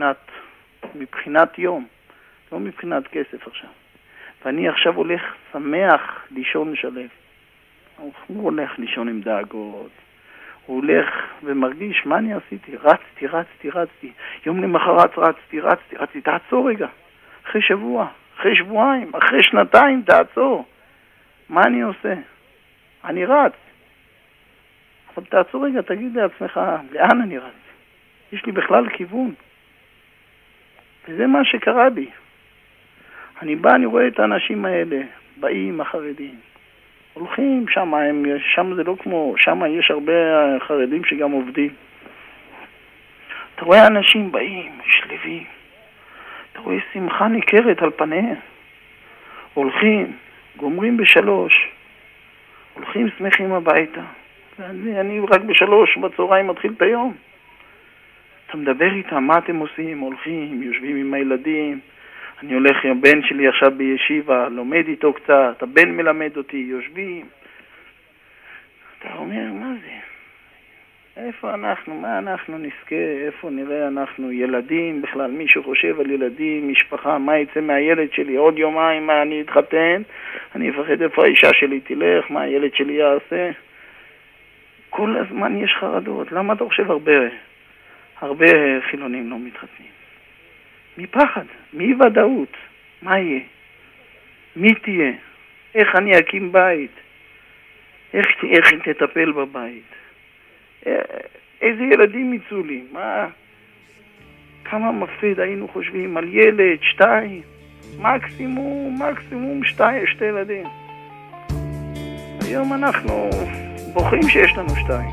מבחינת יום. לא מבחינת כסף עכשיו. ואני עכשיו הולך שמח לישון שלב. הוא הולך לישון עם דאגות. הוא הולך ומרגיש, מה אני עשיתי? רצתי. יום למחרת רצתי. תעצור רגע. אחרי שבוע, אחרי שבועיים, אחרי שנתיים, תעצור. מה אני עושה? אני רץ. אבל תעצור רגע, תגיד לעצמך, לאן אני רץ? יש לי בכלל כיוון. וזה מה שקרה בי. אני רואה את האנשים האלה, באים החרדים, הולכים שם זה לא כמו, שם יש הרבה חרדים שגם עובדים. אתה רואה אנשים באים, שלבים, אתה רואה שמחה ניכרת על פניהם, הולכים, גומרים ב3, הולכים שמחים הביתה, אני רק ב3 בצהריים מתחיל את היום. אתה מדבר איתם, מה אתם עושים? הולכים, יושבים עם הילדים, אני הולך עם הבן שלי עכשיו בישיבה, לומד איתו קצת, הבן מלמד אותי, יושבים. אתה אומר, מה זה? איפה אנחנו? מה אנחנו נזכה? איפה נראה אנחנו ילדים? בכלל מי שחושב על ילדים, משפחה, מה יצא מהילד שלי? עוד יומיים מה אני אתחתן? אני אפחד איפה האישה שלי תלך? מה הילד שלי יעשה? כל הזמן יש חרדות. למה אתה חושב הרבה חילונים לא מתחתנים? מפחד, מוודאות, מה יהיה? מי תהיה? איך אני אקים בית? איך תטפל בבית? איזה ילדים יצאו לי? כמה מפחיד היינו חושבים על ילד, 2, מקסימום 2 ילדים. היום אנחנו בוכים שיש לנו 2.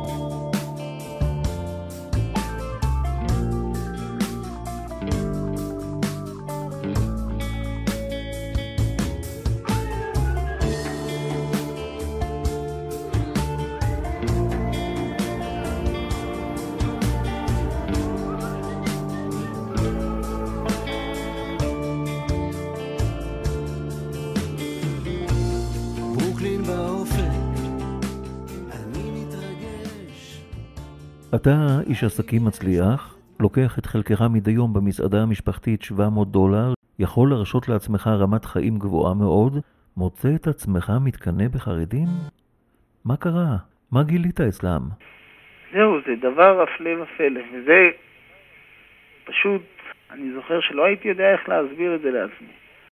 אתה איש עסקים מצליח, לוקח את חלקך מדי יום במסעדה המשפחתית $700, יכול להרשות לעצמך רמת חיים גבוהה מאוד, מוצא את עצמך מתקנא בחרדים? מה קרה? מה גילית אצלם? זהו, זה דבר אפלה ופלא, וזה פשוט, אני זוכר שלא הייתי יודע איך להסביר את זה לעצמי.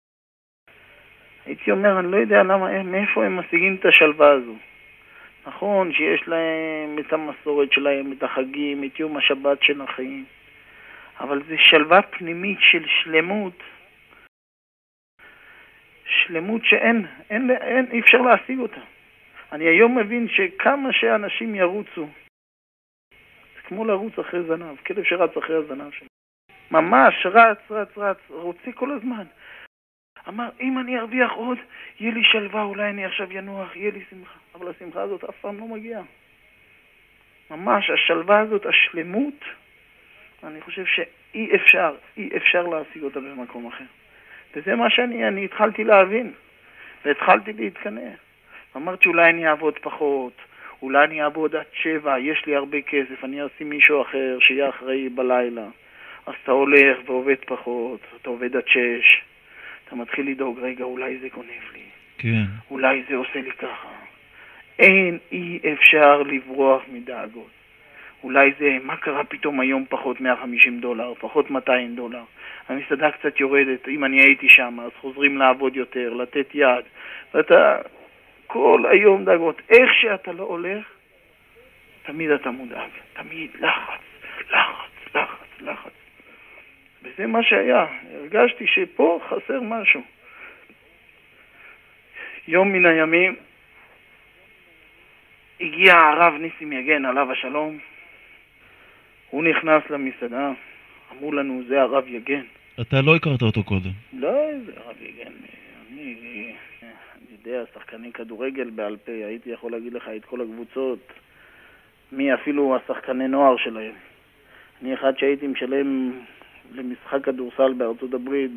הייתי אומר, אני לא יודע מאיפה הם משיגים את השלווה הזו. נכון שיש להם את המסורת שלהם, את החגים, את יום השבת של החיים, אבל זה שלווה פנימית של שלמות, שלמות שאין, אי אפשר להשיג אותה. אני היום מבין שכמה שאנשים ירוצו, זה כמו לרוץ אחרי זנב, כלב שרץ אחרי הזנב שלו. ממש רץ, רוצה כל הזמן. אמר, אם אני ארוויח עוד, יהיה לי שלווה, אולי אני עכשיו ינוח, יהיה לי שמחה. אבל השמחה הזאת אף פעם לא מגיעה. ממש, השלווה הזאת, השלמות, אני חושב שאי אפשר להשיג אותה במקום אחר. וזה מה שאני התחלתי להבין, והתחלתי להתקנא. אמרתי, אולי אני אעבוד פחות, אולי אני אעבוד עד 7, יש לי הרבה כסף, אני אשים מישהו אחר שיהיה אחראי בלילה. אז אתה הולך ועובד פחות, אתה עובד עד 6, אתה מתחיל לדאוג, רגע, אולי זה גונב לי. כן. אולי זה עושה לי ככה. אי אפשר לברוח מדאגות. אולי זה, מה קרה פתאום היום פחות $150, פחות $200. המסעדה קצת יורדת, אם אני הייתי שם, אז חוזרים לעבוד יותר, לתת יד. ואתה כל היום דאגות. איך שאתה לא הולך, תמיד אתה מודאג. תמיד לחץ. וזה מה שהיה. הרגשתי שפה חסר משהו. יום מן הימים, הגיע הרב ניסים יגן, עליו השלום. הוא נכנס למסעדה, אמרו לנו, זה הרב יגן. אתה לא הכרת אותו קודם? לא, זה הרב יגן. אני יודע, שחקני כדורגל בעל פה, הייתי יכול להגיד לך את כל הקבוצות, מי אפילו השחקני נוער שלהם. אני אחד שהייתי משלם למשחק כדורסל בארצות הברית,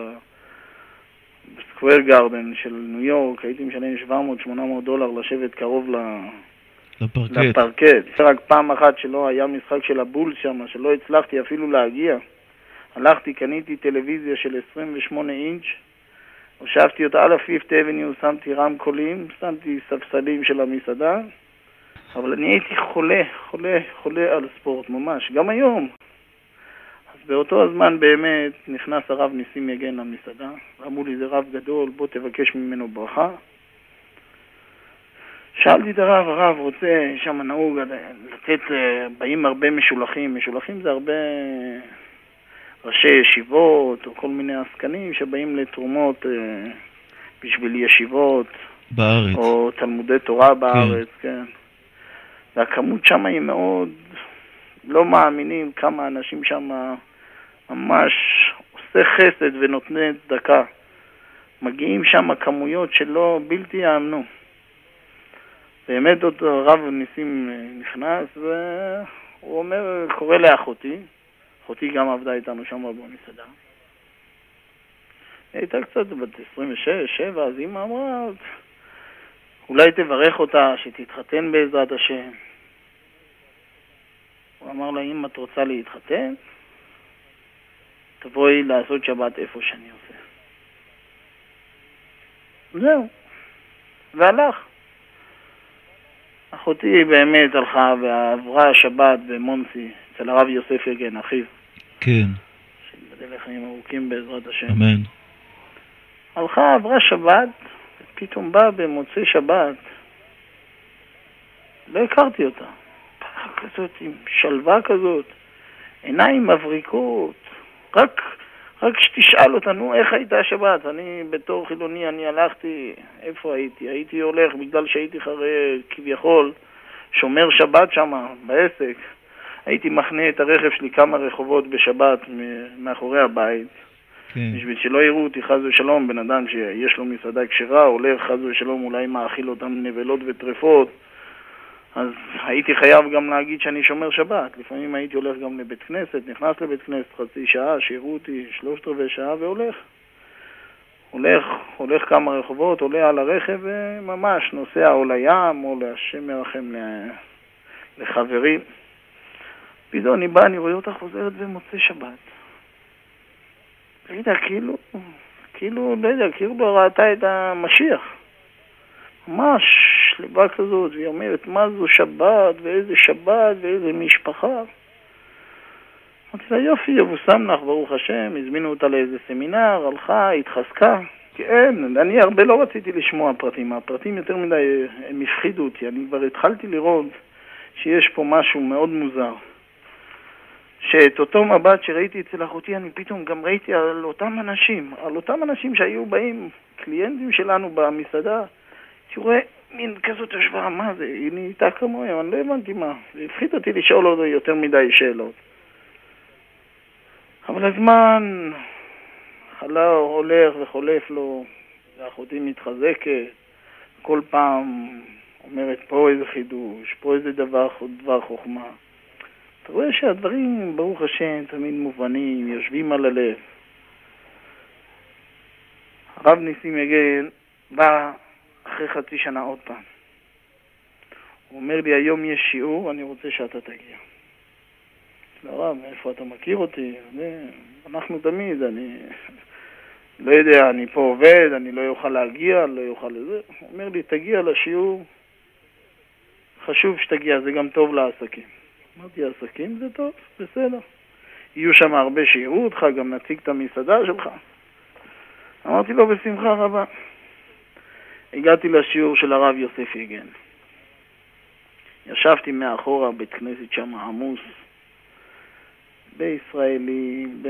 בסקוואר גארדן של ניו יורק, הייתי משלם $700-800 לשבת קרוב לפרקט. רק פעם אחת שלא היה משחק של הבולס שם, שלא הצלחתי אפילו להגיע. הלכתי, קניתי טלוויזיה של 28 אינץ', הושבתי אותה על ה-Fifth Avenue, שמתי רמקולים, שמתי ספסלים של המסעדה, אבל אני הייתי חולה על ספורט ממש, גם היום. אז באותו הזמן באמת נכנס הרב ניסים יגן למסעדה, אמרו לי, זה רב גדול, בוא תבקש ממנו ברכה. שאלתי את הרב רוצה, שם נהוג לתת, באים הרבה משולחים זה הרבה ראשי ישיבות או כל מיני עסקנים שבאים לתרומות בשביל ישיבות בארץ. או תלמודי תורה בארץ, כן. והכמות שם היא מאוד, לא מאמינים כמה אנשים שם ממש עושה חסד ונותני צדקה. מגיעים שם כמויות שלא בלתי יאמנו. באמת אותו רב ניסים נכנס והוא אומר, קורא לאחותי, אחותי גם עבדה איתנו שם במסעדה. היא הייתה קצת בת 26, 7, אז אמא אמרה, אולי תברך אותה שתתחתן בעזרת השם. הוא אמר לה, אם את רוצה להתחתן, תבואי לעשות שבת איפה שאני עושה. זהו. והלך. אחותי באמת הלכה ועברה שבת במונסי, אצל הרב יוסף יגן, אחיו. כן. שבדל לחיים ארוכים בעזרת השם. אמן. הלכה, עברה שבת, ופתאום באה במוצאי שבת. לא הכרתי אותה. כזאת, עם שלווה כזאת, עיניים מבריקות. רק שתשאל אותנו איך הייתה השבת. אני בתור חילוני, אני הלכתי, איפה הייתי? הייתי הולך בגלל שהייתי כביכול שומר שבת שם בעסק. הייתי מכנה את הרכב שלי כמה רחובות בשבת מאחורי הבית. כן. בשביל שלא יראו אותי חס ושלום, בן אדם שיש לו מסעדה כשרה, הולך חס ושלום, אולי מאכיל אותם נבלות וטרפות. אז הייתי חייב גם להגיד שאני שומר שבת. לפעמים הייתי הולך גם לבית כנסת, נכנס לבית כנסת חצי שעה, שיראו אותי 3/4 שעה והולך. הולך כמה רחובות, עולה על הרכב וממש נוסע או לים או להשם מרחם לחברים. פתאום אני בא, אני רואה אותה חוזרת במוצאי שבת. כאילו לא ראתה את המשיח. ממש שלווה כזאת, והיא אומרת, מה זו שבת, ואיזה משפחה. אמרתי לה, יופי, יבוסם לך, ברוך השם, הזמינו אותה לאיזה סמינר, הלכה, התחזקה. כן, אני הרבה לא רציתי לשמוע פרטים, הפרטים יותר מדי, הם הפחידו אותי, אני כבר התחלתי לראות שיש פה משהו מאוד מוזר. שאת אותו מבט שראיתי אצל אחותי, אני פתאום גם ראיתי על אותם אנשים שהיו באים, קליינטים שלנו במסעדה, שרואה מין כזאת השוואה, מה זה? היא נהייתה כמוהם, אני לא הבנתי מה. זה הפחיד אותי לשאול אותו יותר מדי שאלות. אבל הזמן הולך וחולף לו, ואחותי מתחזקת, כל פעם אומרת פה איזה חידוש, פה איזה דבר חוכמה. אתה רואה שהדברים, ברוך השם, תמיד מובנים, יושבים על הלב. הרב ניסים יגל בא אחרי חצי שנה עוד פעם. הוא אומר לי, היום יש שיעור, אני רוצה שאתה תגיע. הרב, איפה אתה מכיר אותי? אנחנו תמיד, אני לא יודע, אני פה עובד, אני לא יוכל להגיע, לא יוכל לזה. הוא אומר לי, תגיע לשיעור, חשוב שתגיע, זה גם טוב לעסקים. אמרתי, עסקים זה טוב, בסדר. יהיו שם הרבה שיראו אותך, גם נציג את המסעדה שלך. אמרתי לו, בשמחה רבה. הגעתי לשיעור של הרב יוסף יגן. ישבתי מאחורה, בית כנסת שם עמוס, בישראלים,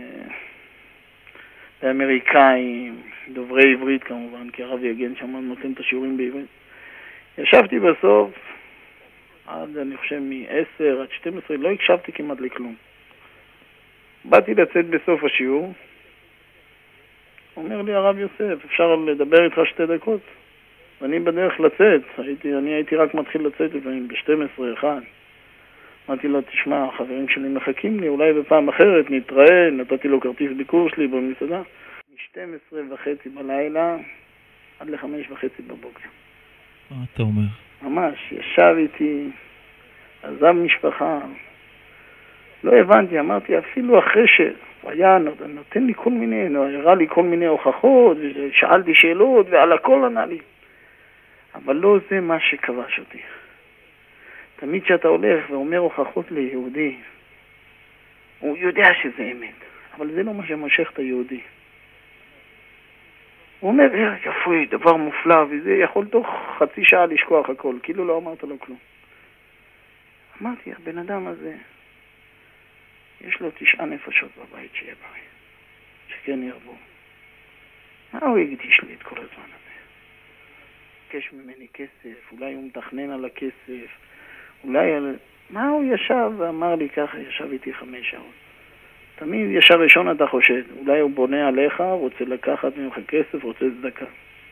באמריקאים, דוברי עברית כמובן, כי הרב יגן שם נותן את השיעורים בעברית. ישבתי בסוף, עד אני חושב מ-10 עד 12, לא הקשבתי כמעט לכלום. באתי לצאת בסוף השיעור, אומר לי הרב יוסף, אפשר לדבר איתך 2 דקות? ואני בדרך לצאת, אני הייתי רק מתחיל לצאת לפעמים ב-12, 1. אמרתי לו, תשמע, החברים שלי מחכים לי, אולי בפעם אחרת נתראה, נתתי לו כרטיס ביקור שלי במסעדה. מ-12:30 בלילה עד ל-5:30 בבוקר. מה אתה אומר? ממש, ישב איתי, עזב משפחה. לא הבנתי, אמרתי, אפילו אחרי שהוא היה נותן לי כל מיני, הראה לי כל מיני הוכחות, שאלתי שאלות ועל הכל ענה לי. אבל לא זה מה שכבש אותי. תמיד שאתה הולך ואומר הוכחות ליהודי, הוא יודע שזה אמת, אבל זה לא מה שמושך את היהודי. הוא אומר, יפוי, דבר מופלא, וזה יכול תוך חצי שעה לשכוח הכל, כאילו לא אמרת לו כלום. אמרתי, הבן אדם הזה, יש לו 9 נפשות בבית שיהיה בריא, שכן ירבו. מה הוא הקדיש לי את כל הזמן הזה? בקש ממני כסף, אולי הוא מתכנן על הכסף, אולי על... מה הוא ישב ואמר לי ככה, ישב איתי 5 שעות. תמיד ישר ראשון אתה חושד, אולי הוא בונה עליך, רוצה לקחת ממך כסף, רוצה צדקה.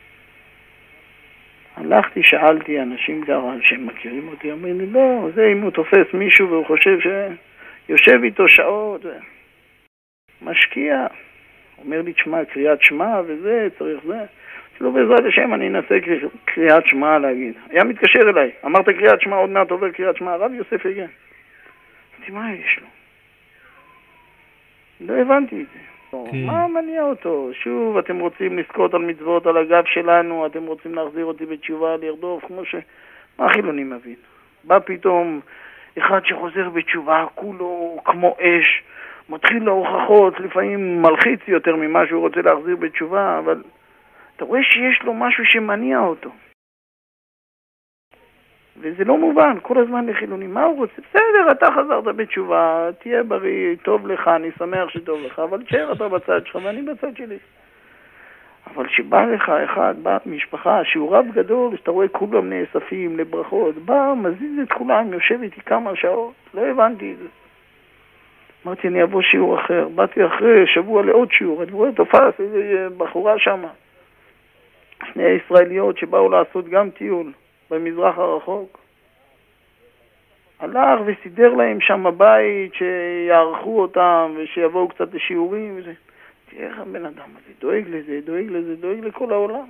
הלכתי, שאלתי אנשים גרה שהם מכירים אותי, אומרים לי, לא, זה אם הוא תופס מישהו והוא חושב שיושב איתו שעות, משקיע. אומר לי, תשמע, קריאת שמע וזה, צריך זה. לא בעזרת השם, אני אנסה קריאת שמע להגיד. היה מתקשר אליי, אמרת קריאת שמע, עוד מעט עובר קריאת שמע, הרב יוסף יגן. אמרתי, מה יש לו? לא הבנתי את זה. מה מניע אותו? שוב, אתם רוצים לזכות על מצוות על הגב שלנו, אתם רוצים להחזיר אותי בתשובה, לרדוף, כמו ש... מה חילוני מבין? בא פתאום אחד שחוזר בתשובה, כולו כמו אש, מתחיל להוכחות, לפעמים מלחיץ יותר ממה שהוא רוצה להחזיר בתשובה, אבל אתה רואה שיש לו משהו שמניע אותו. וזה לא מובן, כל הזמן לחילוני. מה הוא רוצה? בסדר, אתה חזרת בתשובה, תהיה בריא, טוב לך, אני שמח שטוב לך, אבל תשאר אתה בצד שלך ואני בצד שלי. אבל שבא לך אחד, בא משפחה, שהוא רב גדול, שאתה רואה כולם נאספים לברכות, בא, מזיז את כולם, יושב איתי כמה שעות, לא הבנתי את זה. אמרתי, אני אבוא שיעור אחר. באתי אחרי שבוע לעוד שיעור, אני רואה תופס איזה בחורה שמה. שני הישראליות שבאו לעשות גם טיול במזרח הרחוק. הלך וסידר להם שם בית שיערכו אותם ושיבואו קצת לשיעורים וזה. תראה איך הבן אדם הזה דואג לזה, דואג לזה, דואג לכל העולם.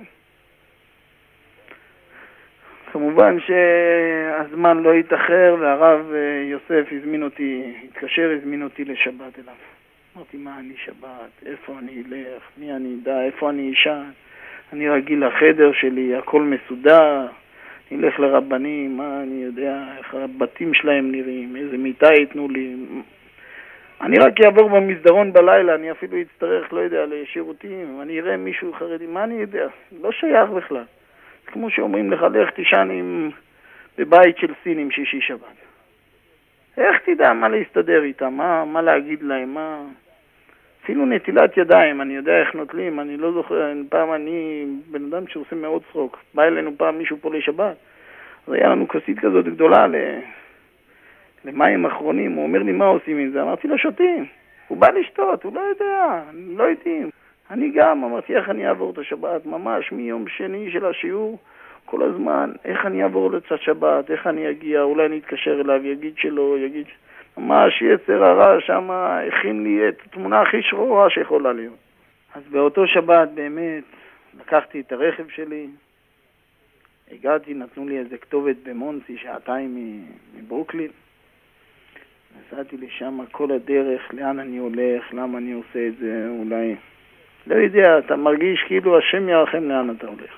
כמובן שהזמן לא התאחר והרב יוסף הזמין אותי לשבת אליו. אמרתי, מה אני שבת? איפה אני אלך? מי אני אדע? איפה אני אישן? אני רגיל לחדר שלי, הכל מסודר. אני אלך לרבנים, מה אני יודע, איך הבתים שלהם נראים, איזה מיטה ייתנו לי. אני רק אעבור במסדרון בלילה, אני אפילו אצטרך, לא יודע, לשירותים. אני אראה מישהו חרדי, מה אני יודע? לא שייך בכלל. כמו שאומרים לך, לך תישן בבית של סינים שישי שבת. איך תדע מה להסתדר איתם, מה להגיד להם, אפילו נטילת ידיים, אני יודע איך נוטלים, אני לא זוכר, פעם אני בן אדם שעושה מאוד צחוק, בא אלינו פעם מישהו פה לשבת, אז היה לנו כוסית כזאת גדולה למים אחרונים, הוא אומר לי מה עושים עם זה, אמרתי לו שותים, הוא בא לשתות, הוא לא יודע, לא יודעים. אני גם אמרתי איך אני אעבור את השבת, ממש מיום שני של השיעור, כל הזמן, איך אני אעבור לצד שבת, איך אני אגיע, אולי אני אתקשר אליו, יגיד שלא, יגיד ממש יצר הרע שם, הכין לי את התמונה הכי שחורה שיכולה להיות. אז באותו שבת באמת לקחתי את הרכב שלי, הגעתי, נתנו לי איזה כתובת במונסי, שעתיים מברוקלין, נסעתי לשם כל הדרך, לאן אני הולך, למה אני עושה את זה, אולי, לא יודע, אתה מרגיש כאילו השם ירחם לאן אתה הולך.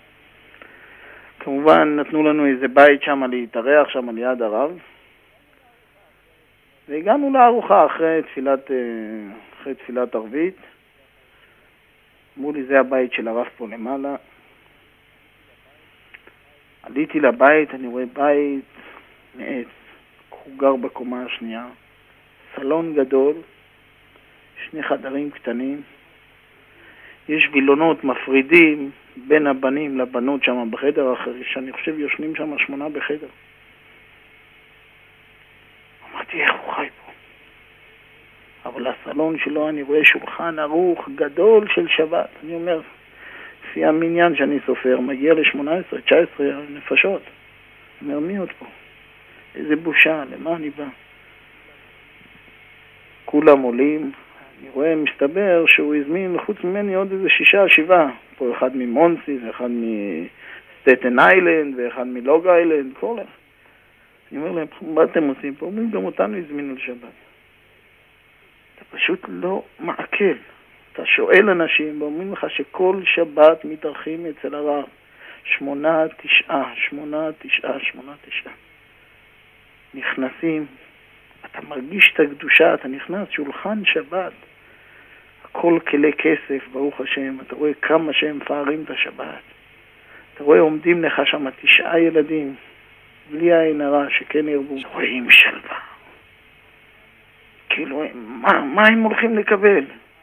כמובן נתנו לנו איזה בית שם להתארח שם ליד הרב, והגענו לארוחה אחרי תפילת ערבית. אמרו לי זה הבית של הרב פה למעלה. עליתי לבית, אני רואה בית מעץ, הוא גר בקומה השנייה, סלון גדול, 2 חדרים קטנים, יש וילונות מפרידים בין הבנים לבנות שם בחדר אחר, שאני חושב יושנים שם 8 בחדר. אמרתי איך הוא חי פה, אבל הסלון שלו אני רואה שולחן ערוך גדול של שבת. אני אומר, לפי המניין שאני סופר, מגיע ל-18, 19 נפשות. אני אומר, מי עוד פה? איזה בושה, למה אני בא? כולם עולים, אני רואה, מסתבר שהוא הזמין חוץ ממני עוד איזה 6-7. פה אחד ממונסי, ואחד מסטטן איילנד, ואחד מלוג איילנד, כל אחד. אני אומר להם, מה אתם עושים פה? אומרים, גם אותנו הזמינו לשבת. אתה פשוט לא מעכל. אתה שואל אנשים, ואומרים לך שכל שבת מתארחים אצל הרב. 8, 9. נכנסים, אתה מרגיש את הקדושה, אתה נכנס, שולחן שבת. הכל כלי כסף, ברוך השם. אתה רואה כמה שהם מפארים את השבת. אתה רואה, עומדים לך שם 9 ילדים. בלי העין הרע, שכן ירבו. רואים שלווה. כאילו, מה הם הולכים לקבל?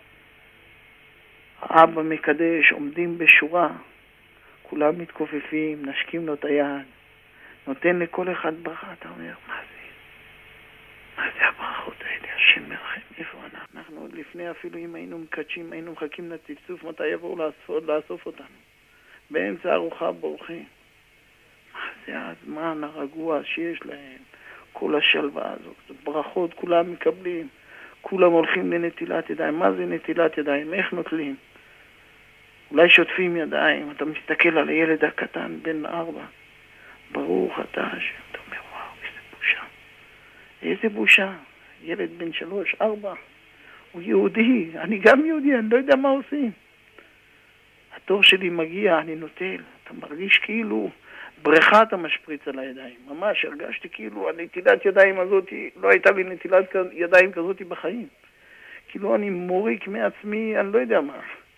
האבא מקדש, עומדים בשורה, כולם מתכופפים, נשקים לו את היד, נותן לכל אחד ברכה, אתה אומר, מה זה? מה זה הברכות האלה? השם מרחם, איפה אנחנו? אנחנו עוד לפני אפילו אם היינו מקדשים, היינו מחכים לצפצוף, מתי יבואו לאסוף אותנו? באמצע ארוחה בורחים. מה זה הזמן הרגוע שיש להם? כל השלווה הזאת, ברכות כולם מקבלים, כולם הולכים לנטילת ידיים. מה זה נטילת ידיים? איך נוטלים? אולי שוטפים ידיים, אתה מסתכל על הילד הקטן בן 4, ברוך אתה השם, אתה אומר וואו, איזה בושה. איזה בושה. ילד בן 3, 4, הוא יהודי, אני גם יהודי, אני לא יודע מה עושים. התור שלי מגיע, אני נוטל, אתה מרגיש כאילו בריכה אתה משפריץ על הידיים. ממש הרגשתי כאילו הנטילת ידיים הזאת, לא הייתה לי נטילת ידיים כזאת בחיים. כאילו אני מוריק מעצמי, אני לא יודע מה.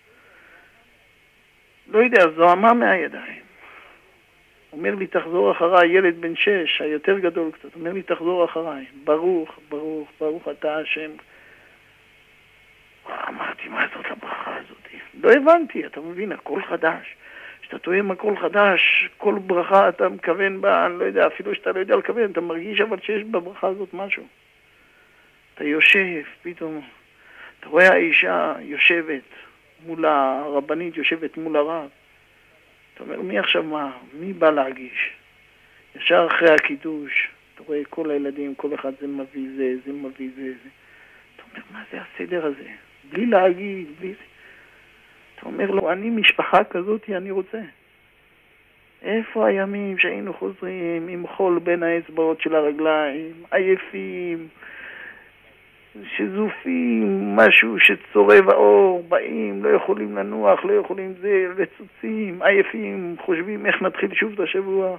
לא יודע, זוהמה מהידיים. אומר לי תחזור אחריי, ילד בן 6, היותר גדול קצת, אומר לי תחזור אחריי. ברוך, ברוך, ברוך אתה השם. אמרתי, מה זאת הברכה הזאת? לא הבנתי, אתה מבין, הכל חדש. כשאתה תואם הכל חדש, כל ברכה אתה מכוון בה, אני לא יודע, אפילו שאתה לא יודע לכוון, אתה מרגיש אבל שיש בברכה הזאת משהו. אתה יושב, פתאום, אתה רואה האישה יושבת מול הרבנית, יושבת מול הרב. אתה אומר, מי עכשיו מה? מי בא להגיש? ישר אחרי הקידוש, אתה רואה כל הילדים, כל אחד זה מביא זה, זה מביא זה, זה. אתה אומר, מה זה הסדר הזה? בלי להגיד, בלי זה. אתה אומר לו, אני משפחה כזאת, אני רוצה. איפה הימים שהיינו חוזרים עם חול בין האצבעות של הרגליים, עייפים, שזופים, משהו שצורב האור, באים, לא יכולים לנוח, לא יכולים זה, רצוצים, עייפים, חושבים איך נתחיל שוב את השבוע.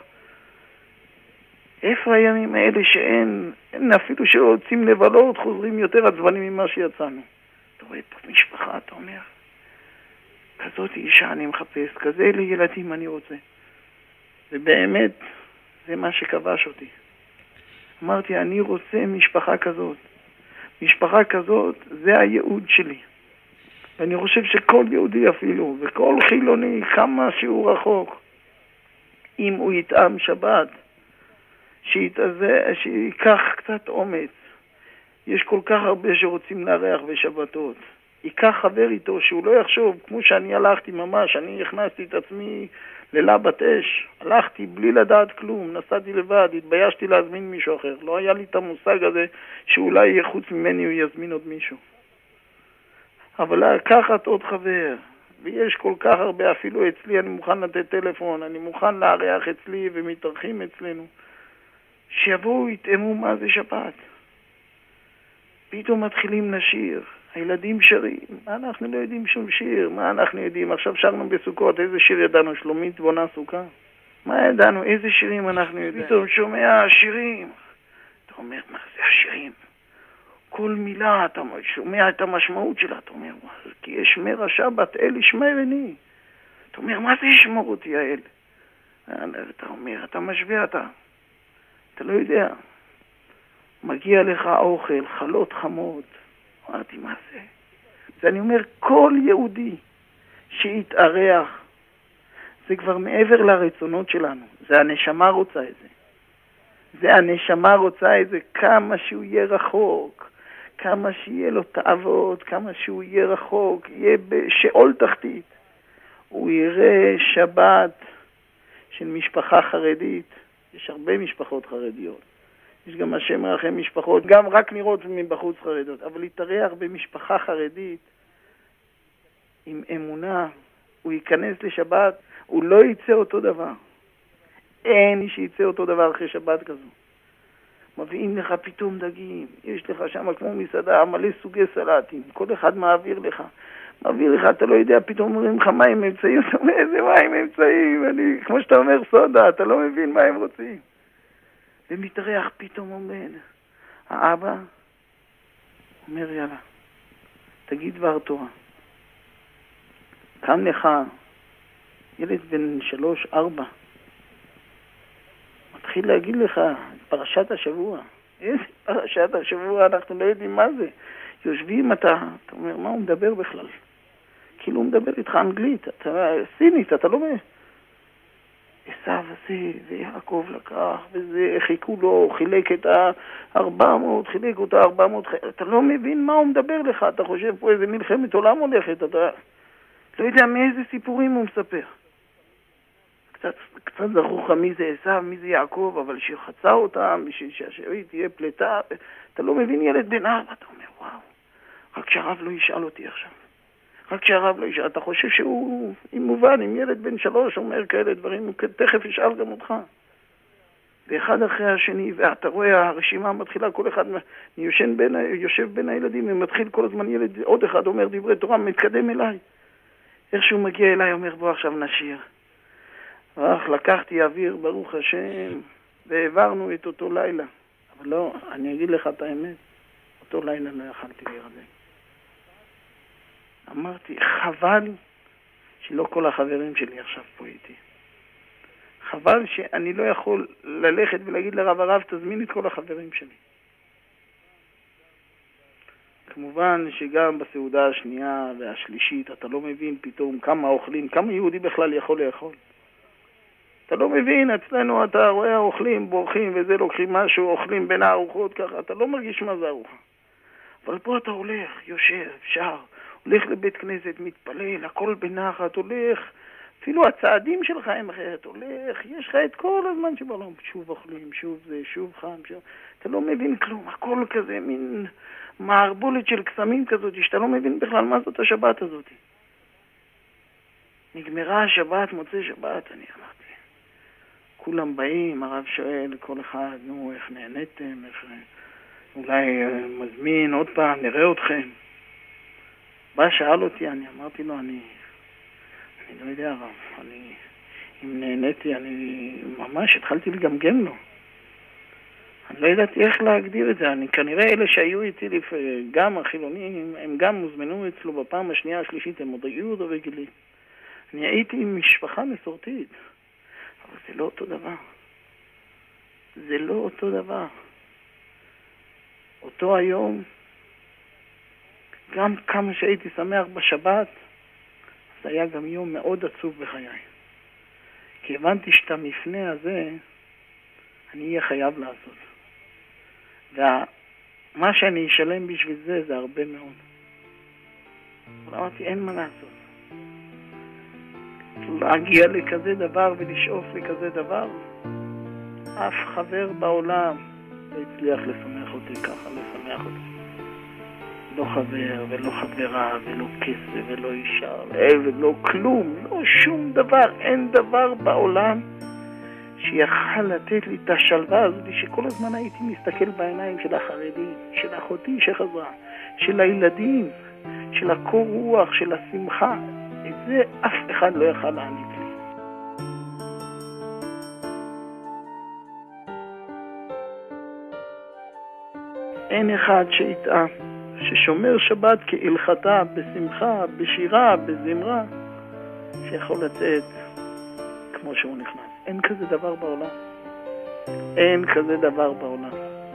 איפה הימים האלה שאין אפילו שרוצים לבלות, חוזרים יותר עצבנים ממה שיצאנו. אתה רואה פה משפחה, אתה אומר, כזאת אישה אני מחפש, כזה לילדים אני רוצה. ובאמת, זה מה שכבש אותי. אמרתי, אני רוצה משפחה כזאת. משפחה כזאת, זה הייעוד שלי. ואני חושב שכל יהודי אפילו, וכל חילוני, כמה שהוא רחוק, אם הוא יטעם שבת, שיקח קצת אומץ. יש כל כך הרבה שרוצים לארח בשבתות. ייקח חבר איתו שהוא לא יחשוב, כמו שאני הלכתי ממש, אני הכנסתי את עצמי ללבת אש, הלכתי בלי לדעת כלום, נסעתי לבד, התביישתי להזמין מישהו אחר. לא היה לי את המושג הזה שאולי חוץ ממני הוא יזמין עוד מישהו. אבל לקחת עוד חבר, ויש כל כך הרבה, אפילו אצלי אני מוכן לתת טלפון, אני מוכן לארח אצלי ומתארחים אצלנו, שיבואו יתאמו מה זה שבת. פתאום מתחילים לשיר, הילדים שרים, מה אנחנו לא יודעים שום שיר, מה אנחנו יודעים, עכשיו שרנו בסוכות, איזה שיר ידענו, שלומית בונה סוכה? מה ידענו, איזה שירים אנחנו יודעים? פתאום שומע שירים, אתה אומר, מה זה השירים? כל מילה, אתה שומע את המשמעות שלה, אתה אומר, כי ישמר השבת, אל ישמרני. אתה אומר, מה זה ישמור אותי האל? אתה אומר, אתה משווה, אתה לא יודע. מגיע לך אוכל, חלות חמות. אמרתי, מה זה? אז אני אומר, כל יהודי שיתארח, זה כבר מעבר לרצונות שלנו. זה הנשמה רוצה את זה. זה הנשמה רוצה את זה, כמה שהוא יהיה רחוק, כמה שיהיה לו תאוות, כמה שהוא יהיה רחוק, יהיה בשאול תחתית. הוא יראה שבת של משפחה חרדית. יש הרבה משפחות חרדיות. יש גם השם מרחם משפחות, גם רק נראות מבחוץ חרדות. אבל להתארח במשפחה חרדית עם אמונה, הוא ייכנס לשבת, הוא לא יצא אותו דבר. אין מי שיצא אותו דבר אחרי שבת כזו. מביאים לך פתאום דגים, יש לך שם כמו מסעדה, מלא סוגי סלטים, כל אחד מעביר לך, אתה לא יודע, פתאום אומרים לך מים אמצעים, אתה אומר, איזה מים אמצעים, כמו שאתה אומר סודה, אתה לא מבין מה הם רוצים. ומתארח פתאום עומד, האבא אומר, יאללה, תגיד דבר תורה. קם לך ילד בן 3-4, מתחיל להגיד לך פרשת השבוע. איזה פרשת השבוע? אנחנו לא יודעים מה זה. יושבים אתה אומר, מה הוא מדבר בכלל? כאילו הוא מדבר איתך אנגלית, אתה סינית, אתה לא מבין. עשיו הזה, ויעקב לקח, וזה חיכו לו, חילק את 400, חילק אותה 400, אתה לא מבין מה הוא מדבר לך, אתה חושב פה איזה מלחמת עולם הולכת, אתה לא יודע מאיזה סיפורים הוא מספר. קצת זכוך מי זה עשיו, מי זה יעקב, אבל שחצה אותם, בשביל שהשארית תהיה פלטה, אתה לא מבין ילד בן 4, אתה אומר, וואו, רק שהרב לא ישאל אותי עכשיו. רק שהרב לא ישאל, אתה חושב שהוא, אם מובן, אם ילד בן 3 אומר כאלה דברים, הוא תכף ישאל גם אותך. ואחד אחרי השני, ואתה רואה, הרשימה מתחילה, כל אחד יושב בין הילדים, ומתחיל כל הזמן ילד, עוד אחד אומר דברי תורה, מתקדם אליי. איך שהוא מגיע אליי, אומר, בוא עכשיו נשיר. לקחתי אוויר, ברוך השם, והעברנו את אותו לילה. אבל לא, אני אגיד לך את האמת, אותו לילה לא יכלתי להירדם. אמרתי, חבל שלא כל החברים שלי עכשיו פה איתי. חבל שאני לא יכול ללכת ולהגיד לרב הרב, תזמין את כל החברים שלי. כמובן שגם בסעודה השנייה והשלישית, אתה לא מבין פתאום כמה אוכלים, כמה יהודי בכלל יכול לאכול. אתה לא מבין, אצלנו אתה רואה אוכלים, בורחים וזה, לוקחים משהו, אוכלים בין הארוחות ככה, אתה לא מרגיש מה זה ארוחה. אבל פה אתה הולך, יושב, שר, הולך לבית כנסת, מתפלל, הכל בנחת, הולך, אפילו הצעדים שלך הם אחרת, הולך, יש לך את כל הזמן שבעולם, שוב אוכלים, שוב זה, שוב חם, שוב, אתה לא מבין כלום, הכל כזה, מין מערבולת של קסמים כזאת, שאתה לא מבין בכלל מה זאת השבת הזאת. נגמרה השבת, מוצא שבת, אני אמרתי. כולם באים, הרב שואל, כל אחד, נו, איך נהניתם, אולי מזמין עוד פעם, נראה אתכם. בא, שאל אותי, אני אמרתי לו, אני לא יודע, הרב, אם נהניתי, אני ממש התחלתי לגמגם לו. אני לא ידעתי איך להגדיר את זה, כנראה אלה שהיו איתי, גם החילונים, הם גם מוזמנו אצלו בפעם השנייה, השלישית, הם עוד היו עוד רגילים. אני הייתי עם משפחה מסורתית. אבל זה לא אותו דבר. זה לא אותו דבר. אותו היום, גם כמה שהייתי שמח בשבת, זה היה גם יום מאוד עצוב בחיי. כי הבנתי שאת המפנה הזה אני אהיה חייב לעשות. ומה שאני אשלם בשביל זה, זה הרבה מאוד. אבל אמרתי, אין מה לעשות. להגיע לכזה דבר ולשאוף לכזה דבר, אף חבר בעולם לא הצליח לשמח אותי ככה, לשמח אותי. לא חבר ולא חברה ולא כסף ולא אישה ולא כלום, לא שום דבר, אין דבר בעולם שיכל לתת לי את השלווה הזאת שכל הזמן הייתי מסתכל בעיניים של החרדים, של אחותי שחזרה, של הילדים, של הקור רוח, של השמחה. את זה אף אחד לא יכל להעניק לי. אין אחד שיטעה, ששומר שבת כהלכתה, בשמחה, בשירה, בזמרה, שיכול לצאת כמו שהוא נכנס. אין כזה דבר בעולם. אין כזה דבר בעולם.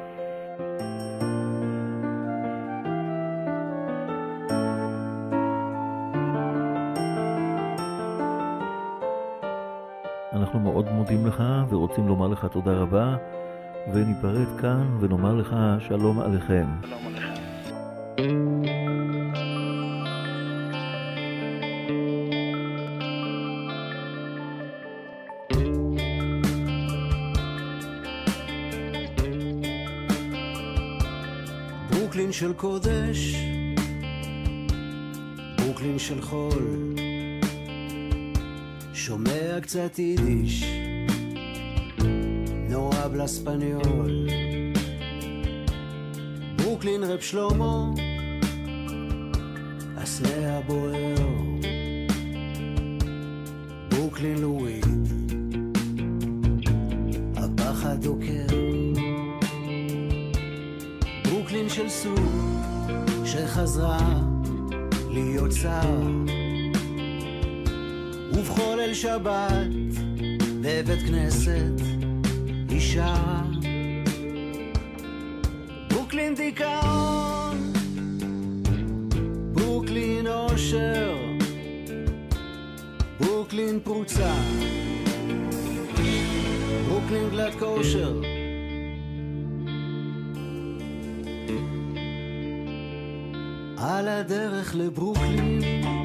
אנחנו מאוד מודים לך ורוצים לומר לך תודה רבה, וניפרד כאן ונאמר לך שלום עליכם. שלום עליכם. ברוקלין של קודש, ברוקלין של חול, שומע קצת יידיש, no habla español. ברוקלין רב שלמה, הסנה הבוער. ברוקלין לואי, הפחד דוקר. ברוקלין של סוף, שחזרה להיות שר. ובכל אל שבת בבית כנסת אישה. ברוקלין דיכאון, ברוקלין אושר, ברוקלין פרוצה, ברוקלין גלת כושר. על הדרך לברוקלין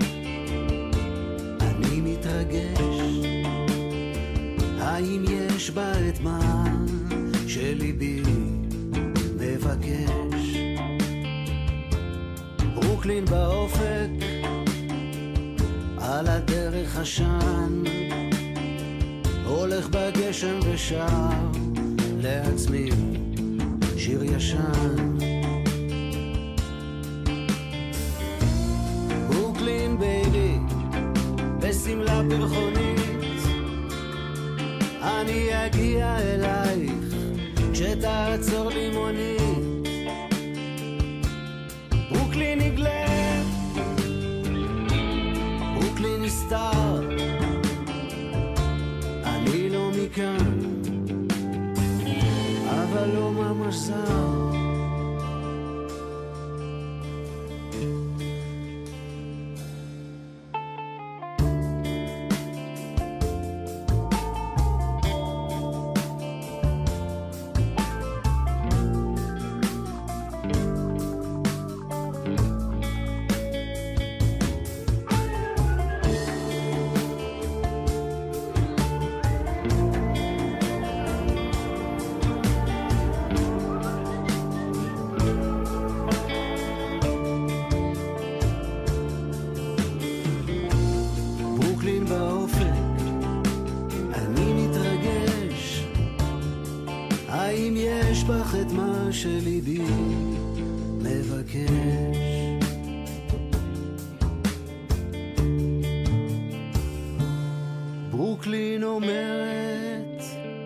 אני מתרגש, האם יש בה את מה שליבי מבקש. ברוקלין באופק, על הדרך השן, הולך בגשם ושר לעצמי שיר ישן. ברוקלין בייבי, בסמלה פרחונית, אני אגיע אלייך כשתעצור לי מונית. ברוקלין נגלה, ברוקלין נסתר, אני לא מכאן, אבל לא ממש זר. את מה שליבי מבקש. ברוקלין אומרת,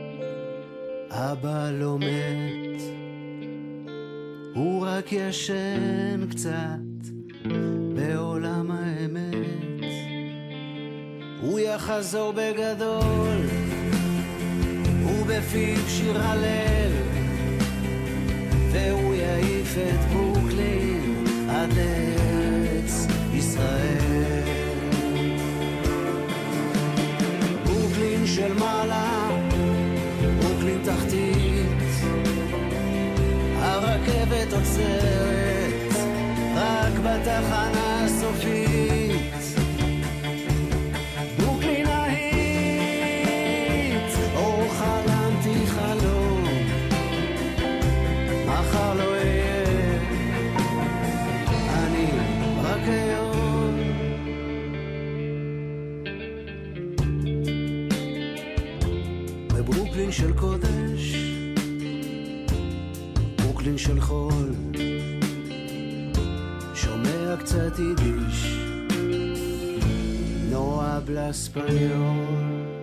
אבא לא מת, הוא רק ישן קצת בעולם האמת. הוא יחזור בגדול ובפיו שיר הלל, והוא יעיף את ברוקלין עד ארץ ישראל. ברוקלין של מעלה, ברוקלין תחתית, הרכבת עוצרת רק בתחנה הסופית. ברוקלין ההית, או חלמתי חלום, מחר לא אהיה, אני רק היום. בברוקלין של קודש, ברוקלין של חול, שומע קצת יידיש, no habla español.